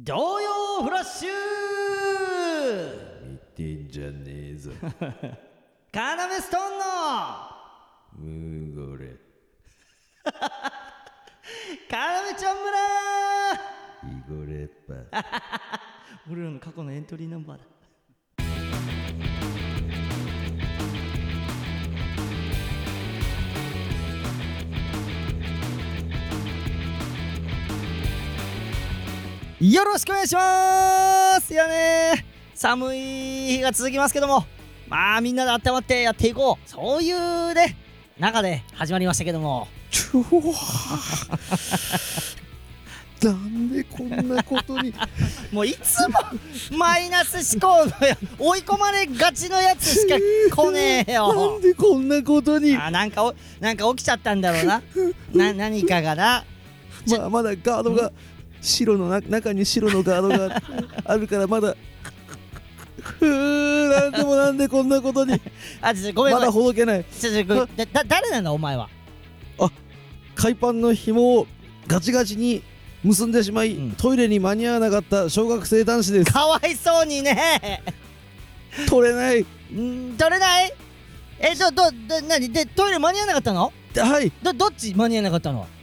童謡フラッシュ見てんじゃねえぞカナメストーンのムーゴレカナメちゃん村イゴレッパ俺らの過去のエントリーナンバーだ。よろしくお願いします。いやね、寒い日が続きますけども、まあみんなで温まってやっていこう、そういうね中で始まりましたけどもなんでこんなことにもういつもマイナス思考の追い込まれがちのやつしか来ねえよなんでこんなことになんか起きちゃったんだろうな何かがなまだガードが白の中に白のガードがあるからまだなんでこんなことにごめんまだほどけない。 誰なんだお前は。 海パンの紐をガチガチに結んでしまい、トイレに間に合わなかった小学生男子です。 かわいそうにね取れない取れない何でトイレ間に合わなかったの。 はい、 どっち間に合わなかったの。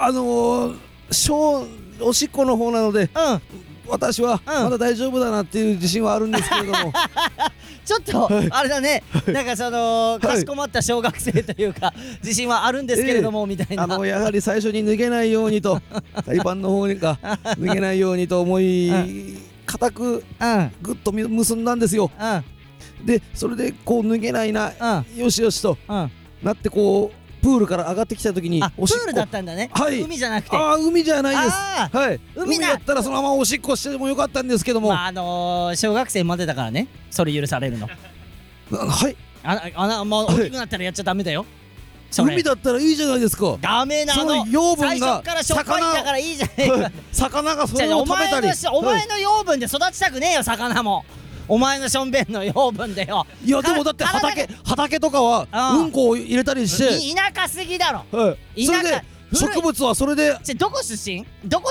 おしっこの方なので、私はうんまだ大丈夫だなっていう自信はあるんですけれどもちょっとあれだね、なんかかしこまった小学生というか自信はあるんですけれどもみたいな。 やはり最初に脱げないようにと海パンの方が脱げないようにと思い固くぐっと結んだんですよ。でそれでこう脱げないな、よしよしとなってこうプールから上がってきた時にプールだったんだね。 はい、 海じゃなくて。 海じゃないです。はい、 海だったらそのままおしっこしてもよかったんですけども、 小学生までだからね、それ許されるの。 はい、 もう大きくなったらやっちゃダメだよ。 海だったらいいじゃないですか。 ダメなの。 養分が最初からしょっぱいんだからいいじゃねえか。 魚がそれを食べたり、 お前の養分で育ちたくねえよ魚も。お前のしょんべんの養分でよ。 いやでもだって畑とかはうんこを入れたりして田舎すぎだろ。 それで植物はそれでどこ出身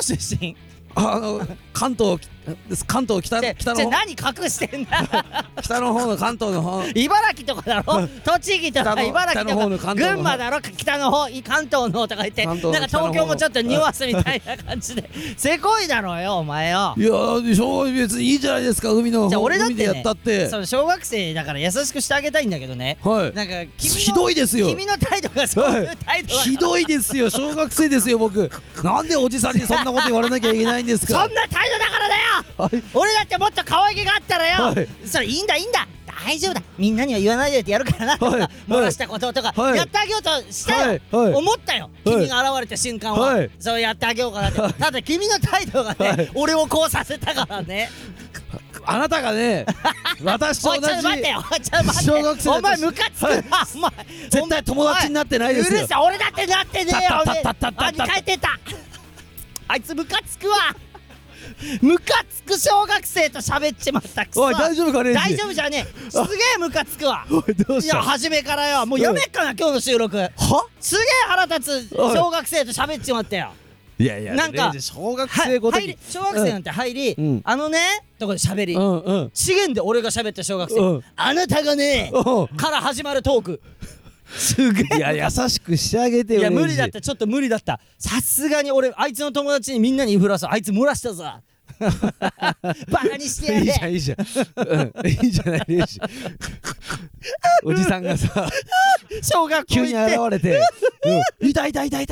関東北の何隠してんだ北の方の関東の方、 茨城とかだろ、栃木とか茨城とか群馬だろ、北の方関東の方とか言って、なんか東京もちょっと匂わすみたいな感じでせこいだろうよお前よ。 いや別にいいじゃないですか。海の方俺だって海でやったって小学生だから優しくしてあげたいんだけどね。なんかひどいですよ。 君の態度がそういう態度ひどいですよ。小学生ですよ僕。なんでおじさんにそんなこと言われなきゃいけないんですか。 そんな態度だからだよ。俺だってもっと可愛げがあったらよ、それいいんだ大丈夫だ、みんなには言わないでってやるからな、漏らしたこととかやってあげようとしたよ、思ったよ、君が現れた瞬間はそうやってあげようかなって。ただ君の態度がね俺をこうさせたからね。 あなたがね私と同じちょっと待ってよ小学生、 お前ムカつくな。お前絶対友達になってないですよ。 うるさい、俺だってなってねえよ。帰ってたあいつムカつくわ。ムカつく小学生と喋っちまったくそ。 おい大丈夫かね。 大丈夫じゃねえ。すげえムカつくわ。 おいどうした。 いや初めからよ、もうやめっかな今日の収録。すげえ腹立つ小学生と喋っちまったよ。 いやなんか小学生ごとに小学生なんて入りとこで喋り資源で俺が喋った小学生あなたがねから始まるトークすげえ。 いや優しくしてあげてよ。 いや無理だった、ちょっと無理だった。さすがに俺あいつの友達にみんなに言いふらす。あいつ漏らしたぞバカにしてやれ。 いいじゃんいいじゃないレイジおじさんがさ小学校急に現れていた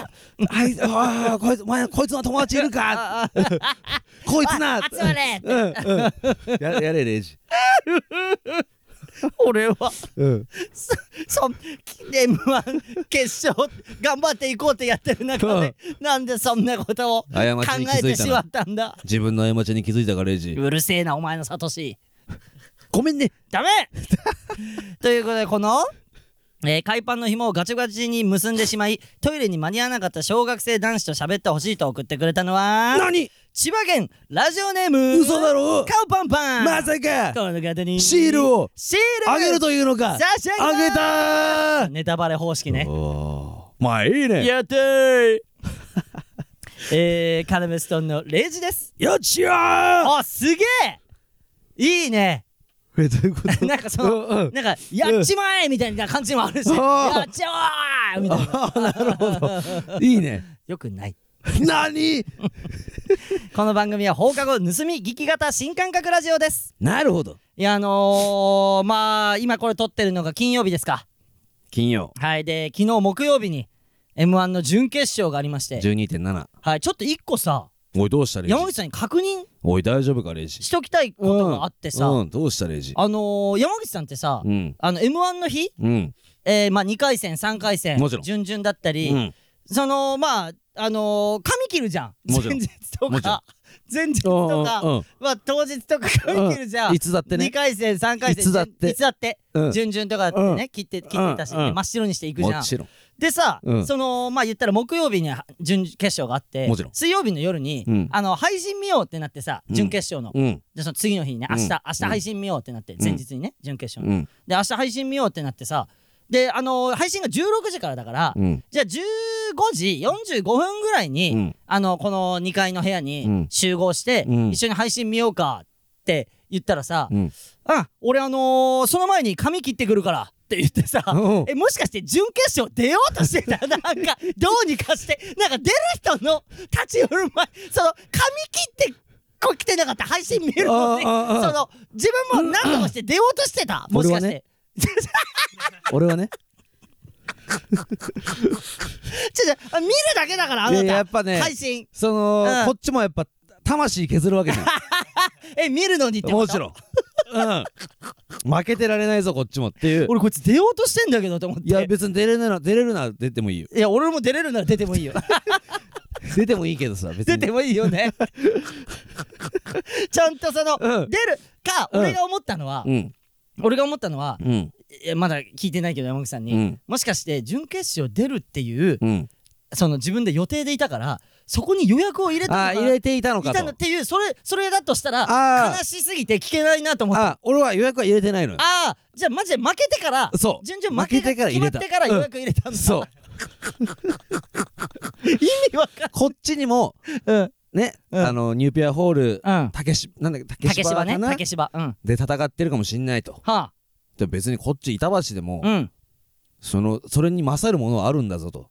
こいつの友達いるかこいつな集まれやれレイジ俺はM1 決勝頑張っていこうってやってる中でなんでそんなことを考えてしまったんだ。 自分の過ちに気づいたかレイジ。 うるせえなお前のサトシ。 ごめんね。 ダメということでこの海パンの紐をガチガチに結んでしまいトイレに間に合わなかった小学生男子と喋ってほしいと送ってくれたのは千葉県ラジオネーム嘘だろカウパンパン。 まさかこの方にシールをあげるというのか。 差し上げあげたー。 ネタバレ方式ね。 まあいいね。 やったーカルメストーンのレイジです。 よっしゃー。 あ、すげえいいね。 どういうことなんかその、なんかやっちまえみたいな感じもあるし、やっちまえみたいな。 なるほど。いいね。 よくない。 何この番組は放課後盗み聞き型新感覚ラジオです。 なるほど。 いやまあ今これ撮ってるのが金曜日ですか。 金曜。 はい。で昨日木曜日に M1 の準決勝がありまして、 12.7。 はい。ちょっと一個さ、 おいどうしたレイジ。 山口さんに確認おい大丈夫かレイジ。 しときたいことがあってさ、 どうしたレイジ。 山口さんってさ、M1 の日、まあ2回戦3回戦準々だったり、そのまあ髪切るじゃん。前日とか前日とか、まあ当日とか髪切るじゃん。 いつだってね。 2回戦3回戦いつだって準々とかってね、切ってたし真っ白にしていくじゃん。 もちろん。 でさ、そのまあ言ったら木曜日に準決勝があって、水曜日の夜に配信見ようってなってさ、準決勝の。でその次の日にね、明日配信見ようってなって、前日にね、準決勝の。で明日配信見ようってなってさ、で配信が16時からだから、じゃあ15時45分ぐらいにこの2階の部屋に集合して一緒に配信見ようかって言ったらさ、俺その前に髪切ってくるからって言ってさ、もしかして準決勝出ようとしてた？なんかどうにかしてなんか出る人の立ち寄る前、その髪切って来てなかった配信見るのに、その自分も何とかして出ようとしてた？もしかして俺はね見るだけだからあなた。やっぱね、配信そのこっちもやっぱ魂削るわけじゃん。 見るのにってこと？ もちろん。負けてられないぞこっちもっていう。 俺こいつ出ようとしてんだけどと思って。 いや別に出れるなら出てもいいよ。 いや俺も出れるなら出てもいいよ。 出てもいいけどさ、別に出てもいいよね。ちゃんとその出るか、俺が思ったのはまだ聞いてないけど山口さんに、もしかして準決勝出るっていうその自分で予定でいたからそこに予約を入れていたのかとっていう、それだとしたら悲しすぎて聞けないなと思って。 俺は予約は入れてないのよ。 じゃあマジで負けてから、順々負けてから決まってから予約入れたんだ。そう意味わかんない。 こっちにもね、ニューピアホール竹芝かな、 竹芝で戦ってるかもしんないと。で別にこっち板橋でもそれに勝るものはあるんだぞと。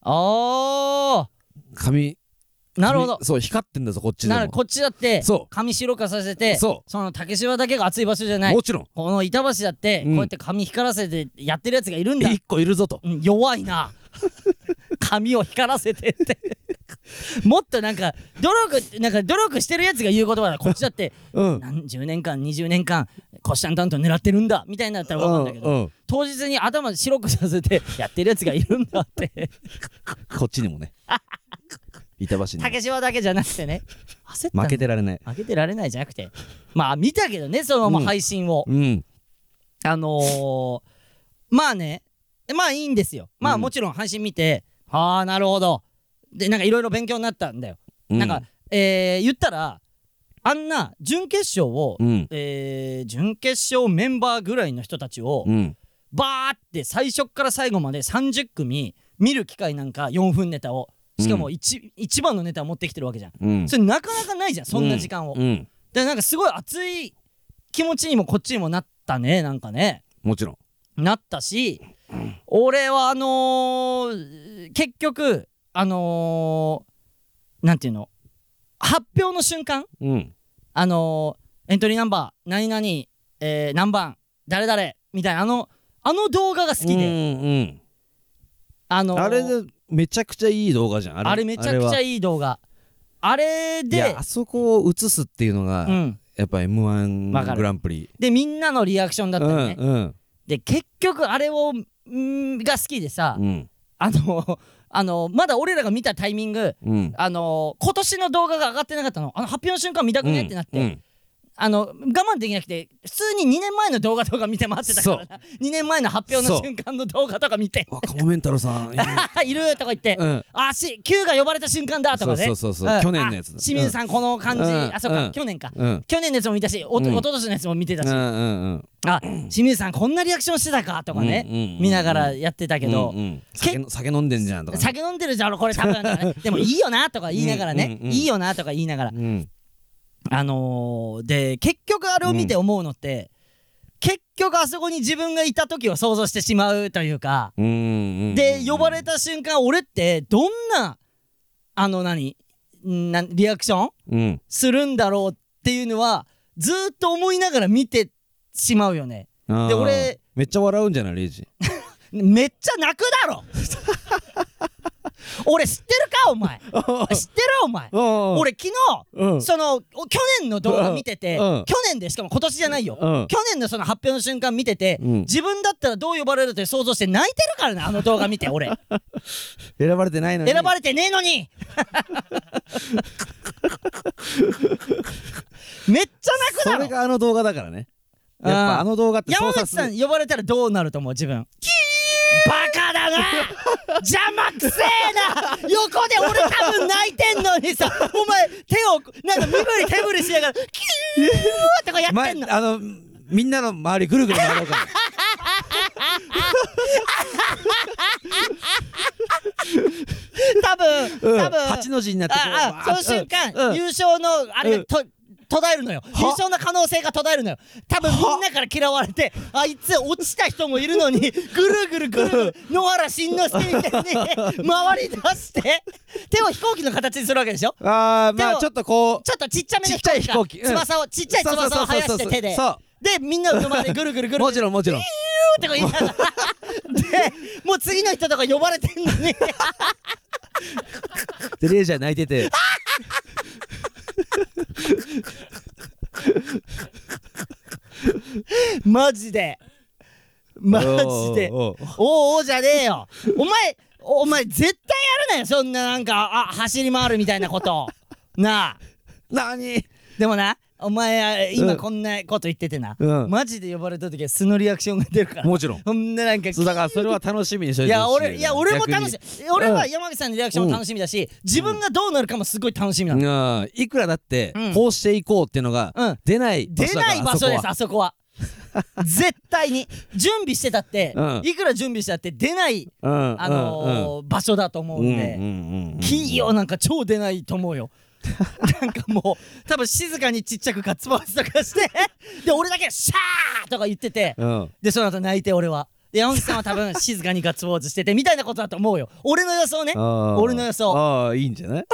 髪なるほど。そう光ってんだぞこっちでも。 こっちだって髪白くさせて、その竹芝だけが熱い場所じゃない。 もちろんこの板橋だってこうやって髪光らせてやってるやつがいるんだ。 1個いるぞと。 弱いな。髪を光らせてってもっとなんか努力してるやつが言う言葉だ。こっちだって何十年間20年間コシタンタンと狙ってるんだみたいになったら分かるんだけど、当日に頭白くさせてやってるやつがいるんだってこっちにもね板橋に竹芝だけじゃなくてね、 負けてられないじゃなくて、まあ見たけどね、その配信を。まあね、まあいいんですよ。まあもちろん配信見て、なるほどで、なんかいろいろ勉強になったんだよ。なんか言ったらあんな準決勝を準決勝メンバーぐらいの人たちをバーって最初から最後まで30組見る機会なんか、4分ネタをしかも一番のネタを持ってきてるわけじゃん。それなかなかないじゃん、そんな時間を。でなんかすごい熱い気持ちにもこっちにもなったね。なんかね、 もちろんなったし、俺は結局なんていうの、発表の瞬間、エントリーナンバー何々、何番誰々みたいなあの動画が好きで、 あれでめちゃくちゃいい動画じゃん。 あれめちゃくちゃいい動画。あれであそこを映すっていうのが、やっぱ M1 グランプリでみんなのリアクションだったよね。で結局あれが好きでさ、まだ俺らが見たタイミング、今年の動画が上がってなかったの。発表の瞬間見たくねってなって、 我慢できなくて普通に2年前の動画とか見て待ってたからな。2年前の発表の瞬間の動画とか見てカモメンタルさんいるとか言って、Q が呼ばれた瞬間だとかね。 そう去年のやつだ。 清水さんこの感じ、そうか去年か、去年のやつも見たし一昨年のやつも見てたし、清水さんこんなリアクションしてたかとかね、見ながらやってたけど、 酒飲んでんじゃんとか、 酒飲んでるじゃんこれ多分でもいいよなとか言いながらね、いいよなとか言いながら、で結局あれを見て思うのって、結局あそこに自分がいた時を想像してしまうというか、で呼ばれた瞬間俺ってどんなリアクションするんだろうっていうのはずーっと思いながら見てしまうよね。で俺めっちゃ笑うんじゃないレイジ。 めっちゃ泣くだろ俺知ってるかお前知ってるお前俺昨日その去年の動画見てて、去年でしかも今年じゃないよ、去年のその発表の瞬間見てて、自分だったらどう呼ばれるって想像して泣いてるからな、あの動画見て俺選ばれてないのに、 選ばれてねえのにめっちゃ泣くだろ。 それがあの動画だからね。やっぱあの動画って山口さん呼ばれたらどうなると思う自分。バカだな邪魔くせえな横で俺多分泣いてんのにさ、お前手をなんか身振り手振りしながらキューとかやってんの、 みんなの周りぐるぐる回ろうから多分 8の字になってその瞬間、優勝のあれが途絶えるのよ。優勝の可能性が途絶えるのよ。多分みんなから嫌われて、あいつ落ちた人もいるのにぐるぐる野原しんのすけみたいに回り出して手を飛行機の形にするわけでしょ。 まあちょっとこうちょっとちっちゃめの飛行機、ちっちゃい翼を生やして手で、でみんなの周りぐるぐるもちろんピューって言いながらでもう次の人とか呼ばれてんのにでレイジャー泣いててマジでおーじゃねえよお前絶対やるなよそんななんか走り回るみたいなことなあ。 何でもなお前今こんなこと言っててな、マジで呼ばれた時は素のリアクションが出るから。 もちろん。 ほんでなんかだからそれは楽しみにしといてほしい。 いや俺も楽しい。俺は山口さんのリアクションも楽しみだし、自分がどうなるかもすごい楽しみなの。 いくらだってこうしていこうっていうのが出ない場所です。 あそこは絶対に準備してたっていくら準備してたって出ない場所だと思うんで、企業なんか超出ないと思うよなんかもう多分静かにちっちゃくガッツポーズとかしてで俺だけシャーとか言ってて、でその後泣いて俺はで山口さんは多分静かにガッツポーズしててみたいなことだと思うよ。俺の予想ね。俺の予想。 ああいいんじゃない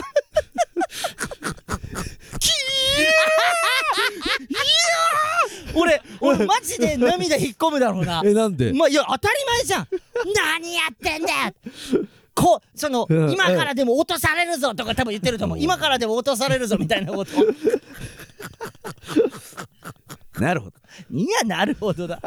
俺マジで涙引っ込むだろうな。 なんで？ いや当たり前じゃん何やってんだよ今からでも落とされるぞとか多分言ってると思う。今からでも落とされるぞみたいなことなるほど。 いやなるほどだ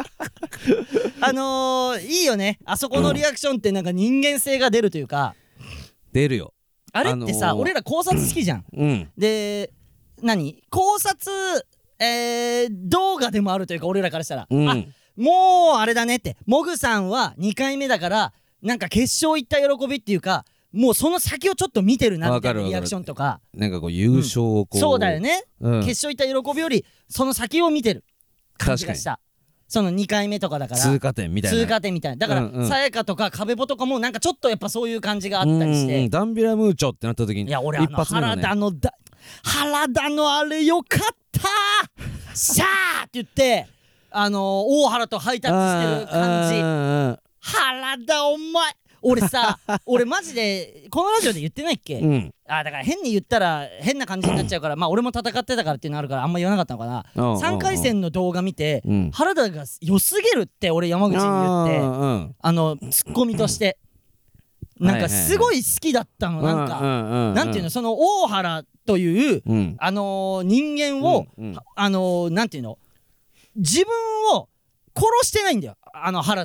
いいよねあそこのリアクションってなんか人間性が出るというか、 出るよ。 あれってさ、俺ら考察好きじゃん、で考察動画でもあるというか俺らからしたら、もうあれだねってモグさんは2回目だからなんか決勝行った喜びっていうかもうその先をちょっと見てるなみたいなリアクションとか、 なんかこう優勝をこう、 そうだよね、決勝行った喜びよりその先を見てる感じがした。その2回目とかだから通過点みたいなだからさやかとか壁ボとかもなんかちょっとやっぱそういう感じがあったりして、 ダンビラムーチョってなった時に、 いや俺原田のあれよかったシャーって言って大原とハイタッチしてる感じ、原田お前俺マジでこのラジオで言ってないっけ、だから変に言ったら変な感じになっちゃうからまあ俺も戦ってたからっていうのあるからあんま言わなかったのかな。3回戦の動画見て原田が良すぎるって俺山口に言ってツッコミとしてなんかすごい好きだったの。なんかなんていうのその大原という人間をなんていうの自分を殺してないんだよ原田は。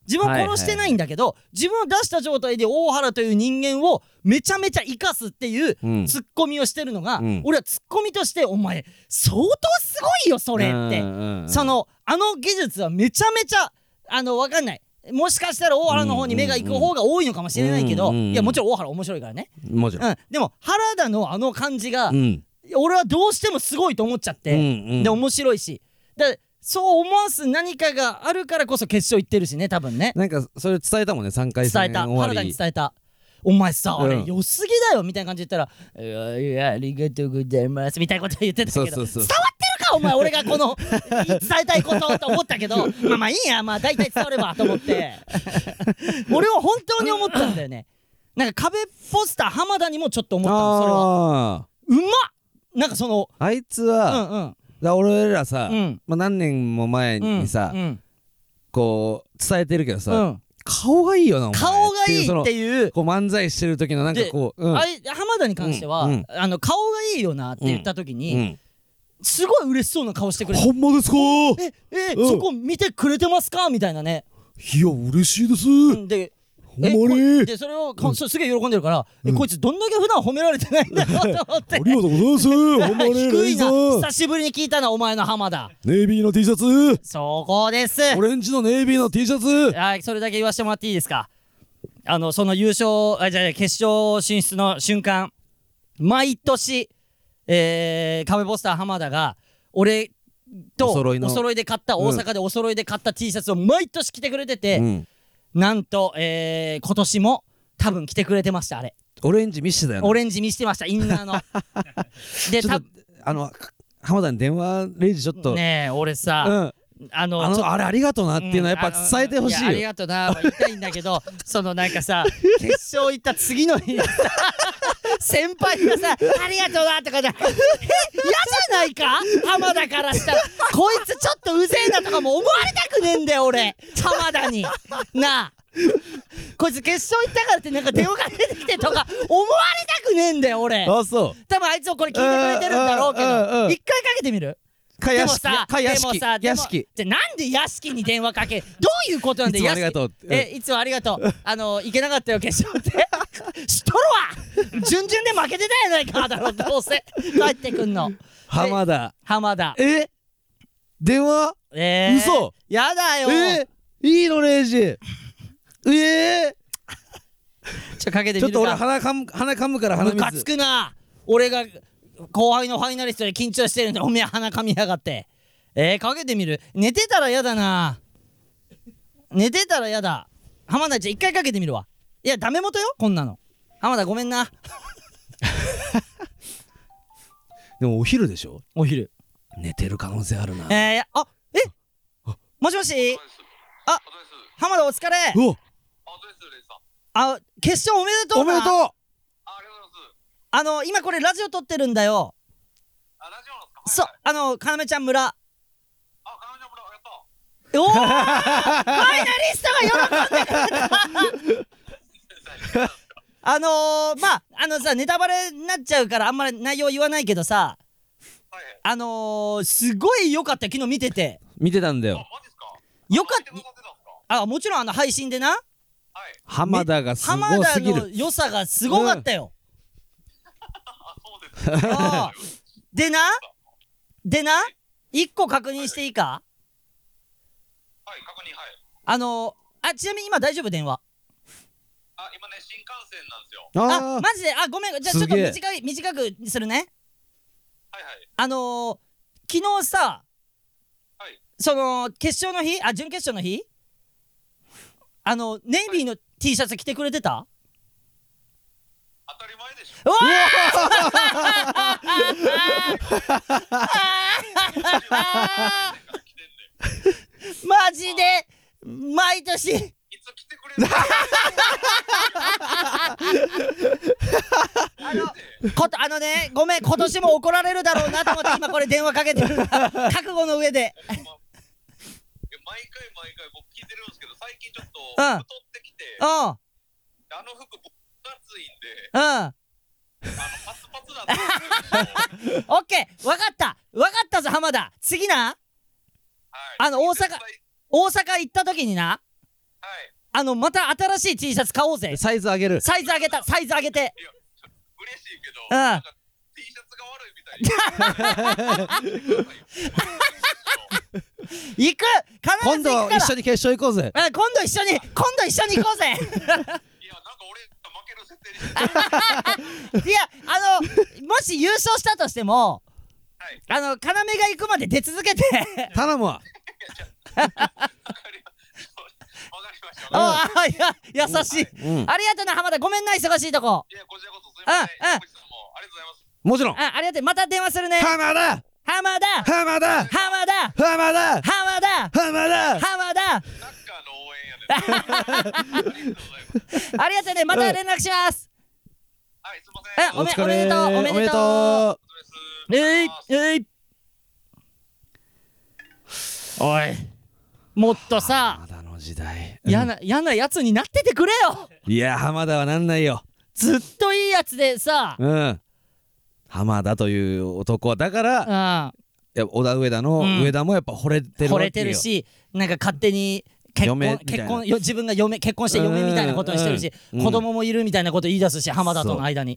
自分を殺してないんだけど、自分を出した状態で大原という人間をめちゃめちゃ生かすっていうツッコミをしてるのが、俺はツッコミとしてお前相当すごいよそれって、その技術はめちゃめちゃわかんない、もしかしたら大原の方に目が行く方が多いのかもしれないけど、いやもちろん大原面白いからね、 もちろん、 でも原田の感じが、俺はどうしてもすごいと思っちゃって、で面白いし、でそう思わす何かがあるからこそ決勝行ってるしね、多分ね。 なんかそれ伝えたもんね、3回戦終わり。 伝えた、原田に伝えた。お前さ、あれ良すぎだよみたいな感じで言ったら、いやありがとうございますみたいなこと言ってたけど、伝わってるかお前、俺がこの伝えたいことと思ったけど、まあいいや、まあ大体伝わればと思って俺は本当に思ったんだよね。なんか壁ポスター浜田にもちょっと思ったの、それはうまっ。なんかそのあいつは、俺らさ、何年も前にさ、こう伝えてるけどさ、顔がいいよな、お前。 顔がいいっていうこう漫才してる時のなんかこう、 浜田に関しては、顔がいいよなって言った時に、すごい嬉しそうな顔してくれて、 ほんまですか、 そこ見てくれてますかみたいなね。 いや嬉しいです、 でほんまにでそれをすげえ喜んでるから、こいつどんだけ普段褒められてないんだろうと思ってありがとうございますほんまに低いな、久しぶりに聞いたなお前の浜田。 ネイビーの T シャツ、 そこです。 オレンジのネイビーの T シャツ。 はい、それだけ言わせてもらっていいですか。その優勝じゃあ決勝進出の瞬間、毎年壁ポスター浜田が俺とお揃いで買った、大阪でお揃いで買った T シャツを毎年着てくれてて、なんと今年も多分着てくれてました。あれオレンジ見してたよね。 オレンジ見してました、インナーので浜田に電話レイジちょっとねえ、俺さ、 あれありがとうなっていうのはやっぱ伝えてほしいよ。 ありがとうな言いたいんだけどそのなんかさ決勝行った次の日にさ先輩がさありがとうなとかで嫌じゃないか浜田からしたらこいつちょっとうぜえなとかも思われたくねえんだよ俺、浜田になあこいつ決勝行ったからってなんか電話かけてきてとか思われたくねえんだよ俺。 あ、そう。 多分あいつもこれ聞いてくれてるんだろうけど、一回かけてみる。でもさ、 屋敷じゃなんで屋敷に電話かけ、どういうことなんで屋敷。いつもありがとう。行けなかったよ決勝って知っとるわ準々で負けてたやないかだろどうせ帰ってくんの浜田電話嘘やだよいいのレイジかけてみるか。 ちょっと俺鼻かむから鼻水ムカつくな。俺が後輩のファイナリストで緊張してるんでおめえ鼻かみやがって。かけてみる。寝てたらやだな。寝てたらやだ。浜田ちゃん一回かけてみるわ。いやダメ元よこんなの。浜田ごめんなでもお昼でしょ。 お昼寝てる可能性あるな。 もしもし。浜田お疲れ。決勝おめでとうな。 おめでとう。 今これラジオ撮ってるんだよ。 ラジオなんすか。 そう、かなめちゃん村。 かなめちゃん村、やった。 おおファイナリストが喜んでくれたさ、ネタバレになっちゃうからあんまり内容言わないけどさ、すごい良かったよ、昨日見てて。 見てたんだよ。 マジっすか。 よかった。もちろん配信でな。 浜田がすごすぎる。 浜田の良さがすごかったよ。でな一個確認していいか。 はい、確認。 はい。ちなみに今大丈夫電話。 今ね新幹線なんですよ。 マジで。ごめん、じゃあちょっと短くするね。 はいはい。 昨日さ、その決勝の日、準決勝の日、ネイビーの T シャツ着てくれてた？ 当たり前でしょ。 うわマジで毎年いつ来てくれるごめん、今年も怒られるだろうなと思って今これ電話かけてる覚悟の上で毎回僕聞いてるんですけど、最近ちょっと太ってきて、服僕暑いんでパツパツなんですよ。 オッケー、分かったぞ浜田。次な、大阪行った時にな、 また新しい T シャツ買おうぜ。 サイズ上げる。 サイズ上げた、サイズ上げて。 いや嬉しいけど、なんか T シャツが悪いみたいに行く、必今度ず行くから。 一緒に決勝行こうぜ。 今度一緒に行こうぜ。 いや、なんか俺負ける設定にしていや、もし優勝したとしても、要が行くまで出続けて。 頼むわ。 わかりました。 ああ、いや、優しい。ありがとうな、浜田。ごめんな、忙しいとこ。 いや、こちらこそすいません。山口さんもありがとうございます。 もちろん。 ありがとう。また電話するね。 浜田浜田浜田浜田浜田浜田浜田浜田サッカーの応援やね。ありがとうございます。 ありがとうね。また連絡します。 はい、すいません。 おめでとう。おめでとう。おい、もっとさ、 浜田の時代。 嫌なやつになっててくれよ。 いや、浜田はなんないよ。 ずっといいやつでさ。 浜田という男はだから、や織田上田の上田もやっぱ惚れてるわけよ。 惚れてるし、なんか勝手に自分が結婚して嫁みたいなことにしてるし、子供もいるみたいなこと言い出すし、浜田との間に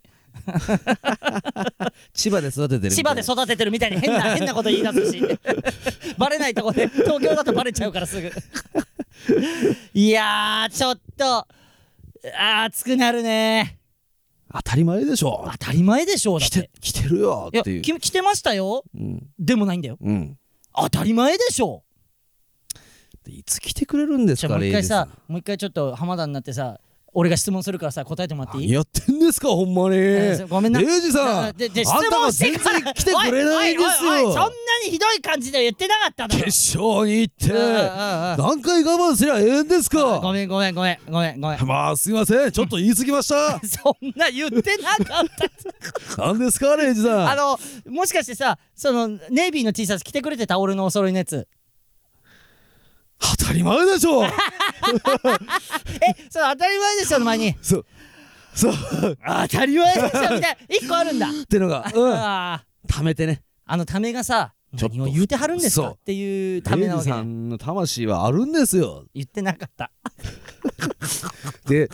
千葉で育ててる。 千葉で育ててるみたいに変なこと言い出すしバレないとこで、東京だとバレちゃうからすぐいやー、ちょっと熱くなるね。 当たり前でしょ。 当たり前でしょ。だって来てるよっていう。 いや、来てましたよ。でもないんだよ。当たり前でしょ。 いつ来てくれるんですか。 もう一回ちょっと浜田になってさ、俺が質問するからさ、答えてもらっていい？ やってんですか、ほんまに。 ごめんな。 レイジさん、あんたが全然来てくれないんですよ。 そんなにひどい感じで言ってなかったの。 決勝に行って何回我慢すりゃええんですか。 ごめん。 まあすいません、ちょっと言い過ぎましたそんな言ってなかった何ですか、レイジさん。もしかしてさ、そのネイビーの T シャツ着てくれてた？俺のお揃いのやつ。 当たり前でしょそれ当たり前でしょの前に。 そう当たり前でしょみたいな一個あるんだってのがためてね。 ためがさ、何を言うてはるんですかっていうためなわけ。 レイジさんの魂はあるんですよ。 言ってなかったで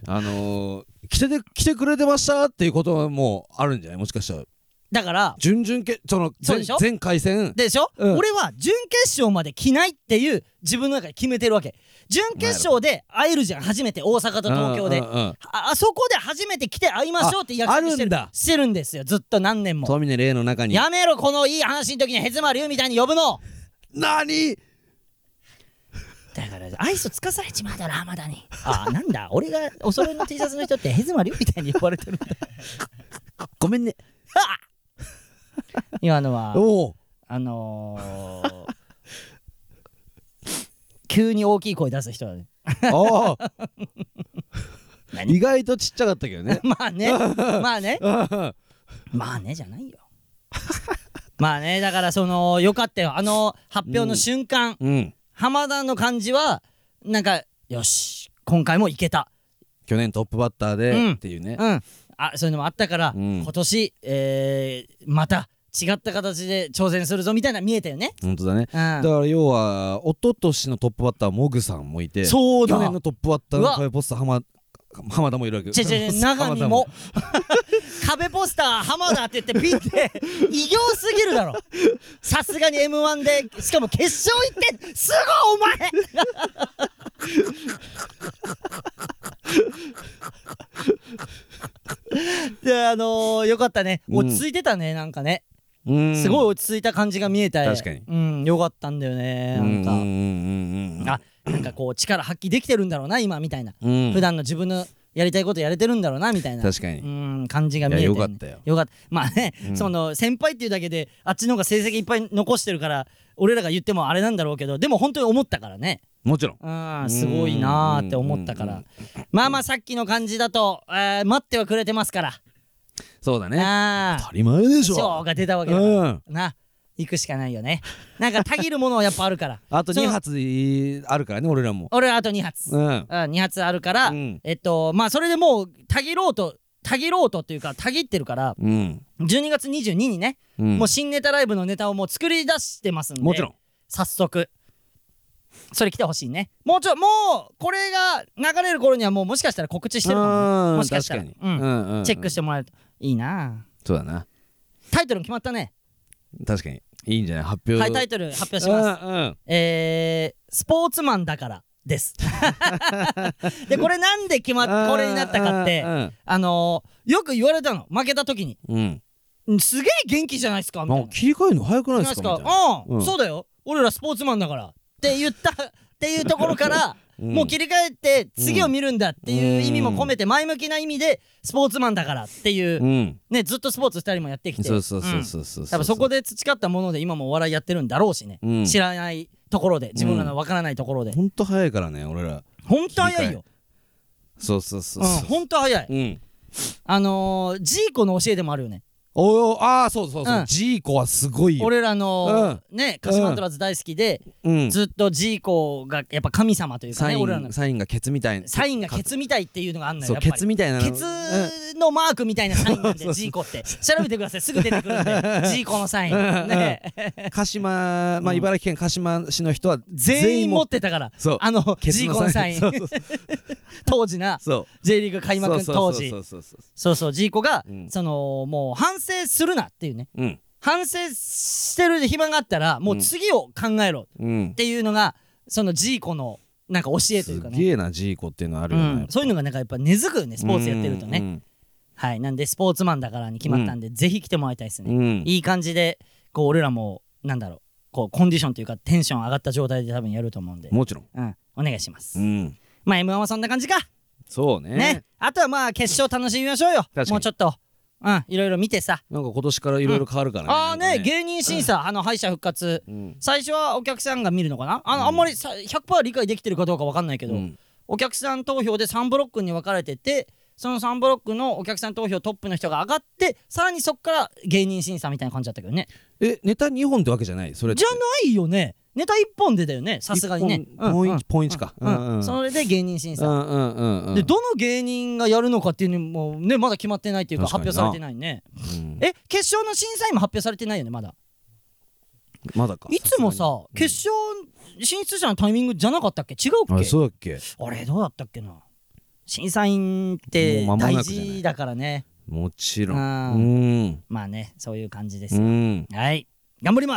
来てくれてましたっていうこともあるんじゃない、もしかしたら。 だから前回戦でしょ、俺は準決勝まで来ないっていう自分の中で決めてるわけ。準決勝で会えるじゃん、初めて大阪と東京で。あそこで初めて来て会いましょうって約束してるんですよ、ずっと何年も。 富峰玲の中に。 やめろ、このいい話の時にヘズマリュウみたいに呼ぶの。 何だから愛想つかされちまうだろ、浜田に。なんだ、俺がお揃いの T シャツの人ってヘズマリュウみたいに呼ばれてるんだごめんね。 今のは急に大きい声出す人だね意外とちっちゃかったけどねまあねじゃないよまあね、だからよかったよ、発表の瞬間、浜田の感じはなんか、よし今回もいけた、 去年トップバッターでっていうね、 そういうのもあったから、今年また違った形で挑戦するぞみたいな見えたよね。 本当だね。だから要は一昨年のトップバッターモグさんもいて、 そうだ、 去年のトップバッターの壁ポスター浜田もいるわけ。 長見も壁ポスター浜田って言ってピンって異形すぎるだろ。さすがに M1 でしかも決勝行ってすごいお前でよかったね、落ち着いてたね、なんかね、すごい落ち着いた感じが見えた。 確かによかったんだよね。なんかこう力発揮できてるんだろうな今みたいな、普段の自分のやりたいことやれてるんだろうなみたいな、 確かに感じが見えて、 よかったよ。 よかった。まあね、その先輩っていうだけであっちの方が成績いっぱい残してるから俺らが言ってもあれなんだろうけど、でも本当に思ったからね。 もちろんすごいなーって思ったから、まあさっきの感じだと待ってはくれてますから。 そうだね、当たり前でしょ。 賞が出たわけだからな、行くしかないよね。なんかたぎるものはやっぱあるからあと2発あるからね、俺らも。 俺あと2発2発あるから、まあそれでもうたぎろうとっていうかたぎってるから、12月22にね、もう新ネタライブのネタをもう作り出してますんで、 もちろん早速それ来てほしいね。もうこれが流れる頃にはもしかしたら告知してるかもね。もしかしたら確かに、 チェックしてもらえるといいな。 そうだな。 タイトル決まったね。 確かにいいんじゃない？発表。 はい、タイトル発表します。スポーツマンだからですでこれなんでこれになったかって、よく言われたの、負けた時に。すげえ元気じゃないですかみたいな。 切り替えるの早くないですかみたいな。 そうだよ、俺らスポーツマンだからって言ったっていうところからもう切り替えて次を見るんだっていう意味も込めて、前向きな意味でスポーツマンだからっていうね、ずっとスポーツ2人もやってきて、多分そこで培ったもので今もお笑いやってるんだろうしね、知らないところで、自分らの分からないところで。 ほんと早いからね、俺ら。 ほんと早いよ。 そうほんと早い。ジーコの教えでもあるよね。 そうジーコはすごいよ。 俺らのね、鹿島アントラーズ大好きで、ずっとジーコがやっぱ神様というかね、俺らのサインがケツみたい、 サインがケツみたいっていうのがあんのよ。やっぱりケツみたいな、 ケツのマークみたいなサインなんで、ジーコって調べてください、すぐ出てくるんで、ジーコのサインね。 鹿島、茨城県鹿島市の人は全員持ってたから、ジーコのサイン当時な、J リーグ開幕当時、そうジーコがもう反省するなっていうね、反省してる暇があったらもう次を考えろっていうのがそのジーコのなんか教えというかね。 すげえな、ジーコっていうのあるよね。 そういうのがなんかやっぱ根付くね、スポーツやってるとね。はい、なんでスポーツマンだからに決まったんで、ぜひ来てもらいたいですね。いい感じでこう俺らもなんだろう、こうコンディションというかテンション上がった状態で多分やると思うんで、 もちろん、お願いします。まあ M1 はそんな感じか。 そうね。 あとはまあ決勝楽しみましょうよ。もうちょっといろいろ見てさ。 なんか今年からいろいろ変わるからね。 芸人審査、敗者復活、最初はお客さんが見るのかな。あんまり 100% 理解できてるかどうか分かんないけど、お客さん投票で3ブロックに分かれてて、その3ブロックのお客さん投票トップの人が上がって、さらにそっから芸人審査みたいな感じだったけどね。 ネタ2本ってわけじゃない？それじゃないよね。ネタ1本でだよね、さすがにね。 ポインチか。 それで芸人審査で、どの芸人がやるのかっていうのもね、まだ決まってないっていうか、発表されてないね。決勝の審査員も発表されてないよね、まだか。いつもさ、決勝進出者のタイミングじゃなかったっけ？違うっけ？ そうだっけ？ あれどうだったっけな。審査員って大事だからね。 もちろん。 まあね、そういう感じですよ。はい、頑張ります。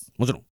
もちろん。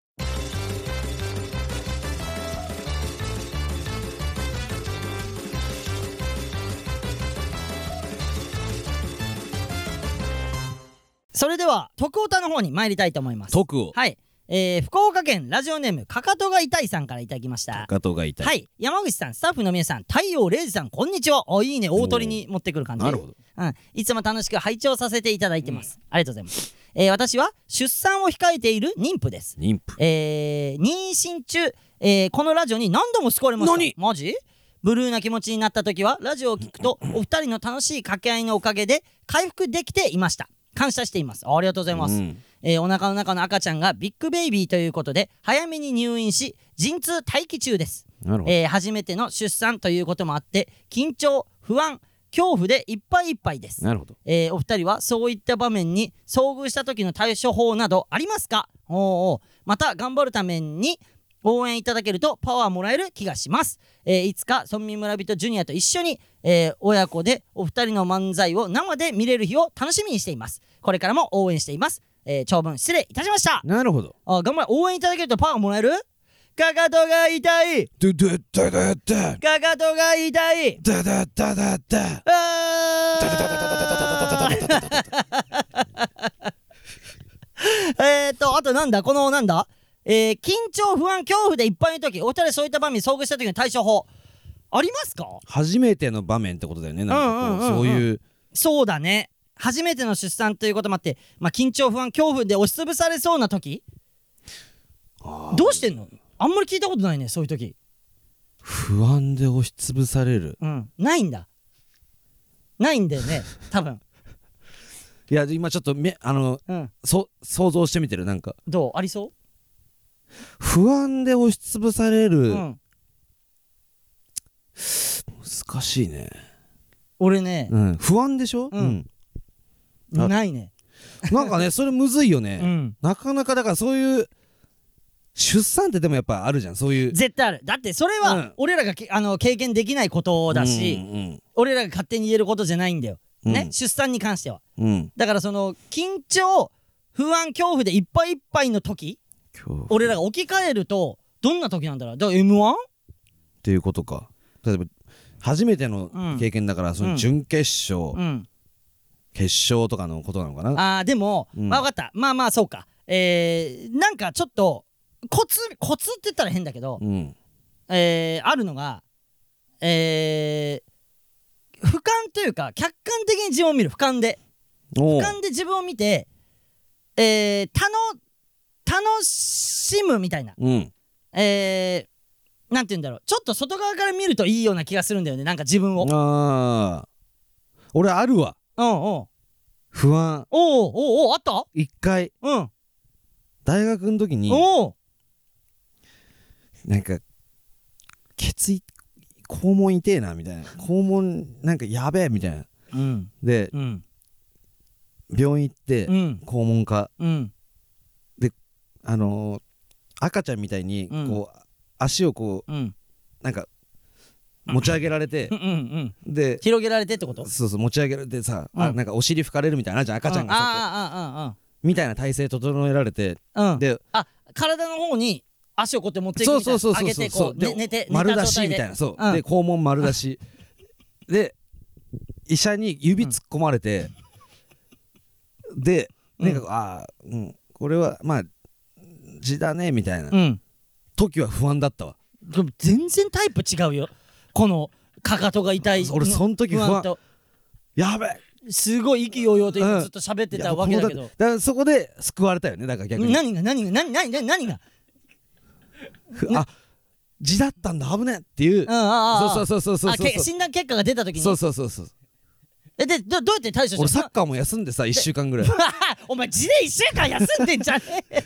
それでは徳オタの方に参りたいと思います。はい、福岡県ラジオネームかかとが痛いさんからいただきました。 かかとが痛い。 はい、山口さん、スタッフの皆さん、太陽礼二さん、こんにちは。いいね、大鳥に持ってくる感じ。 なるほど。 いつも楽しく拝聴させていただいてます。ありがとうございます。私は出産を控えている妊婦です。妊娠中、このラジオに何度も救われました。何？マジ？ブルーな気持ちになった時はラジオを聞くとお二人の楽しい掛け合いのおかげで回復できていました。感謝しています。ありがとうございます。お腹の中の赤ちゃんがビッグベイビーということで早めに入院し陣痛待機中です。初めての出産ということもあって緊張、不安、恐怖でいっぱいいっぱいです。 なるほど。 お二人はそういった場面に遭遇した時の対処法などありますか？また頑張るために応援いただけるとパワーもらえる気がします。いつか村民村人ジュニアと一緒に、親子でお二人の漫才を生で見れる日を楽しみにしています。これからも応援しています。長文失礼いたしました。 なるほど。 頑張れ。応援いただけるとパワーもらえる。かかとが痛い。かかとが痛い。あとなんだこのなんだ緊張、不安、恐怖でいっぱいの時、お二人そういった場面に遭遇した時の対処法ありますか？ 初めての場面ってことだよね。なんかこうそういう。 そうだね。初めての出産ということもあって、緊張、不安、恐怖で押しつぶされそうな時、どうしてんの？あんまり聞いたことないね、そういう時。 不安で押しつぶされる。 ないんだ。ないんだよね、多分。 いや今ちょっと想像してみてる。なんかどう？ありそう？ 不安で押しつぶされる、難しいね。 俺ね、 不安でしょ。 ないね。 なんかねそれむずいよね。なかなかだからそういう出産ってでもやっぱあるじゃん、そういう。 絶対ある。だってそれは俺らが経験できないことだし、俺らが勝手に言えることじゃないんだよ、ね、出産に関しては。だからその緊張不安恐怖でいっぱいいっぱいの時、俺らが置き換えるとどんな時なんだろう。だから M1 っていうことか。例えば初めての経験だから、その準決勝、決勝とかのことなのかな。 でも、分かった。まあまあそうか。なんかちょっとコツって言ったら変だけど、あるのが俯瞰というか客観的に自分を見る。俯瞰で自分を見て、楽しむみたいな、なんて言うんだろう、ちょっと外側から見るといいような気がするんだよね、なんか自分を。 俺あるわ。不安。 あった。 一回大学の時になんか肛門痛えなみたいな、肛門なんかやべえみたいな、で、病院行って、肛門科、で赤ちゃんみたいにこう、足をこう、なんか持ち上げられて、で広げられてってこと。 そう持ち上げられてさ、なんかお尻拭かれるみたいなじゃん、赤ちゃんがみたいな体勢整えられて、で体の方に足をこうやって持っていくみたいな、上げてこう寝て丸出しみたいな、そうで肛門丸出しで医者に指突っ込まれて、でなんかこれはまあ痔だねみたいな時は不安だったわ。 でも全然タイプ違うよ、このかかとが痛い。 俺その時不安と、やべえ、 すごい意気揚々と今ずっと喋ってたわけだけど、 だからそこで救われたよね。だから逆に何が痔だったんだ、危ねっていう。そう診断結果が出た時に。 そうでどうやって対処したの。 俺サッカーも休んでさ、1週間ぐらい。 お前痔で1週間休んでんじゃねえ。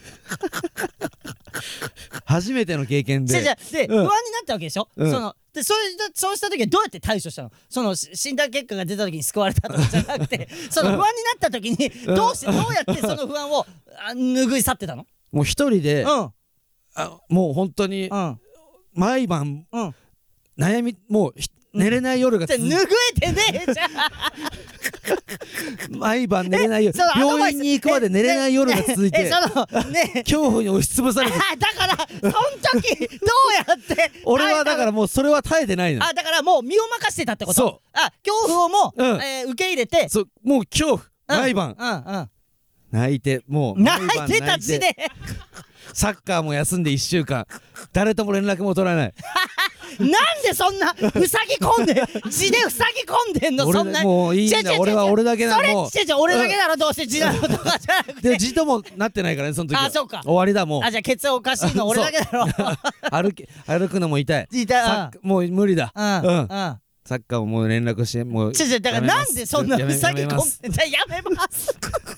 初めての経験で。 で不安になったわけでしょ。そうした時はどうやって対処したの。その診断結果が出た時に救われたとかじゃなくて、その不安になった時にどうやってその不安を拭い去ってたの。 もう一人で、もう本当に毎晩悩み、もう寝れない夜が拭えてねえじゃん。 毎晩寝れない夜、病院に行くまで寝れない夜が続いて、恐怖に押しつぶされて。 だからその時どうやって俺はだからもうそれは耐えてないの。 だからもう身を任せてたってこと。 そう、 恐怖をも受け入れて、 もう恐怖毎晩泣いて、もう泣いてたちでサッカーも休んで1週間誰とも連絡も取らない。 なんでそんな塞ぎ込んで血で塞ぎ込んでんの。そんなもういいんだ、俺は俺だけなの。 それ俺だけだろ、どうして血なのとかじゃなくて。 で血ともなってないからね、その時は。 そうか、 終わりだもん。 じゃあケツおかしいの俺だけだろ。 歩くのも痛い、もう無理だ。サッカーももう連絡して、もうだからなんでそんな塞ぎ込んで。じゃあやめます。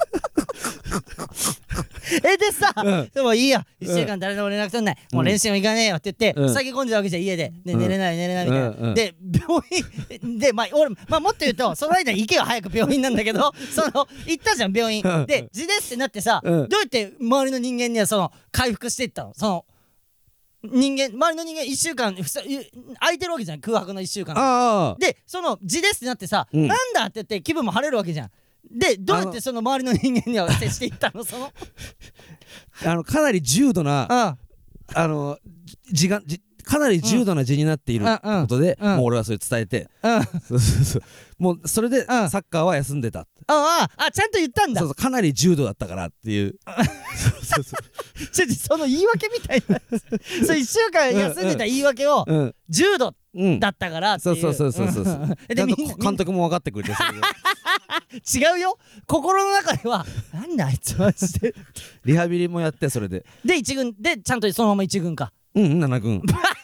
でさ、でもいいよ、1週間誰とも連絡取んない、もう練習も行かねえよって言って塞ぎ込んでるわけじゃん、家で。で寝れないみたいな。で病院で、俺もっと言うとその間に行けよ早く病院なんだけど、行ったじゃん病院で、痔ですってなってさ、どうやって周りの人間には回復していったの。周りの人間1週間空いてるわけじゃん、空白の1週間で。痔ですってなってさ、なんだって言って気分も晴れるわけじゃん。でどうやってその周りの人間には接していったの。 かなり重度な痔がかなり重度な痔になっていることで、もう俺はそれ伝えて、もうそれでサッカーは休んでたって。 ちゃんと言ったんだ。 かなり重度だったからっていう。 その言い訳みたいな。そう1週間休んでた言い訳を重度だったからっていう。 で監督も分かってくれて。 違うよ、心の中ではなんだあいつはしてリハビリもやって、それで 1軍でちゃんとそのまま1軍か。 7軍。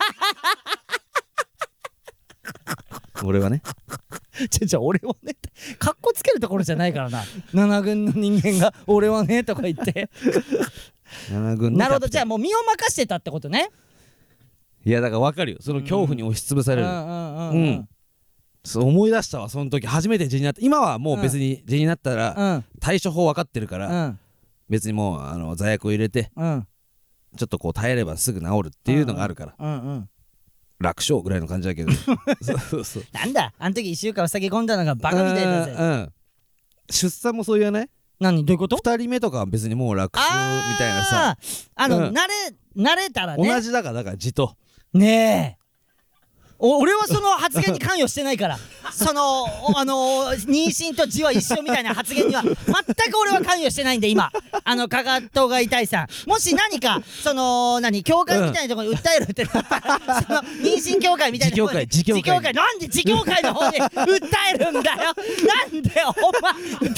俺はね、 俺はねかっこつけるところじゃないからな。7軍の人間が俺はねとか言って 7軍。 なるほど、じゃあもう身を任せてたってことね。 いやだから分かるよ、その恐怖に押しつぶされる。そう思い出したわ、その時初めて痔になった。今はもう別に痔になったら対処法分かってるから、別にもう座薬を入れてちょっとこう耐えればすぐ治るっていうのがあるから、楽勝ぐらいの感じだけどそうなんだあの時1週間塞ぎ込んだのがバカみたいだぜ。 出産もそう言わない？ 何どういうこと？ 2人目とかは別にもう楽勝みたいなさ、 慣れたらね。 同じだから字とねえ俺はその発言に関与してないからその妊娠と字は一緒みたいな発言には全く俺は関与してないんで今かかとが痛いさんもし何かその教会みたいなところに訴えるってなったらその妊娠協会みたいなところに自協会なんで自協会の方で訴えるんだよなんでお前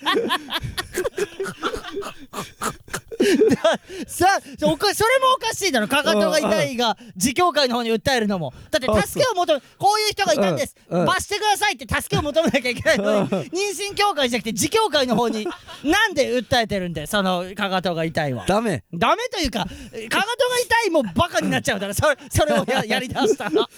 さあそれもおかしいだろ。かかとが痛いが自協会の方に訴えるのもだって助けを求めこういう人がいたんです罰してくださいって助けを求めなきゃいけないのに妊娠協会じゃなくて自協会の方になんで訴えてるんでそのかかとが痛いはダメというかかかとが痛いもバカになっちゃうからそれをやりだしたら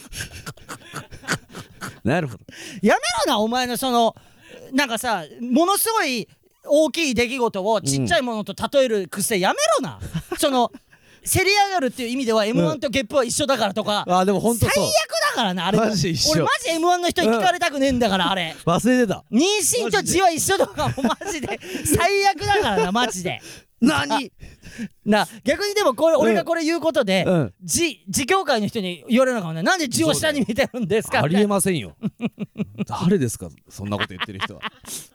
なるほどやめろなお前のそのなんかさものすごい大きい出来事をちっちゃいものと例える癖やめろな、その競り上がるっていう意味では M1 とゲップは一緒だからとか、 でも本当そう最悪だからなあれもマジ一緒俺マジ M1 の人に聞かれたくねえんだからあれ忘れてた妊娠と字は一緒とかもマジで最悪だからなマジで何逆にでも俺がこれ言うことで自協会の人に言われるのかもね。なんで字を下に見てるんですかありえませんよ誰ですかそんなこと言ってる人は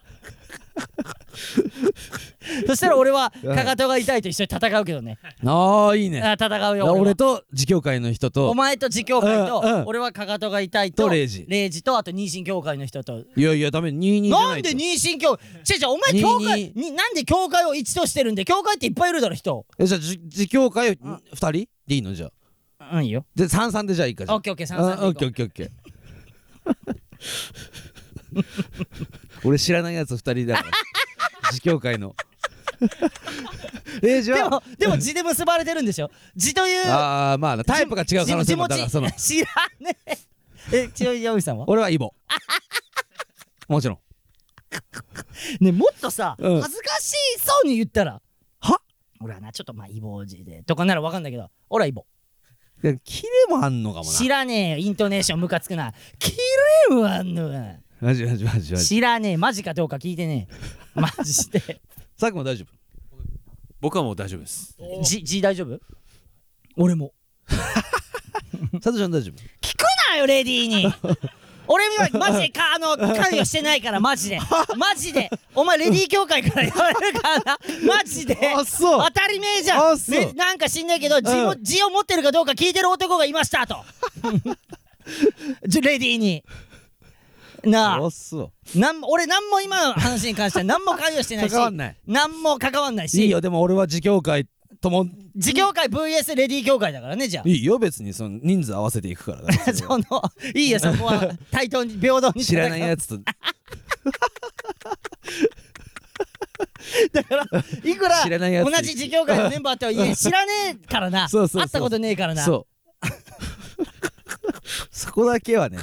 そしたら俺はかかとが痛いと一緒に戦うけどね。 いいね。 戦うよ俺と自協会の人とお前と自協会と俺はかかとが痛いとレイジとあと妊娠協会の人と。 いやダメ22じゃないと。 なんで妊娠協会お前協会になんで協会を一としてるんで協会っていっぱいいるだろ人。 じゃあ自協会2人でいいのじゃあ。 いいよ。 で33でじゃあいいかじゃあ。 オッケー33でいこう。 オッケー俺知らないやつ2人だから自協会のレイジはでも字で結ばれてるんでしょ。字というタイプが違う可能性もあるからその知らねえちなみに山口さんは俺はイボもちろんねもっとさ恥ずかしそうに言ったら俺はなちょっとイボ字でとかなら分かんないけど俺はイボキレもあんのかもな。 知らねえよイントネーションムカつくな。キレもあんのかマジ知らねえマジかどうか聞いてねえマジでさっきも大丈夫？ 僕はもう大丈夫です。 G 大丈夫？俺も佐藤ちゃん大丈夫？ 聞くなよレディーに俺はマジで関与してないからマジでお前レディー協会から言われるからなマジでそう当たり前じゃんなんか知んないけど字を持ってるかどうか聞いてる男がいましたとレディーになあ俺何も今の話に関しては何も関与してないし何も関わんないしいいよ。でも俺は自協会とも自協会 VS レディー協会だからね。じゃあいいよ別にその人数合わせていくからいいよそこは対等に平等に知らないやつとだからいくら同じ自協会のメンバーとはいえ知らねえからな会ったことねえからなそこだけはね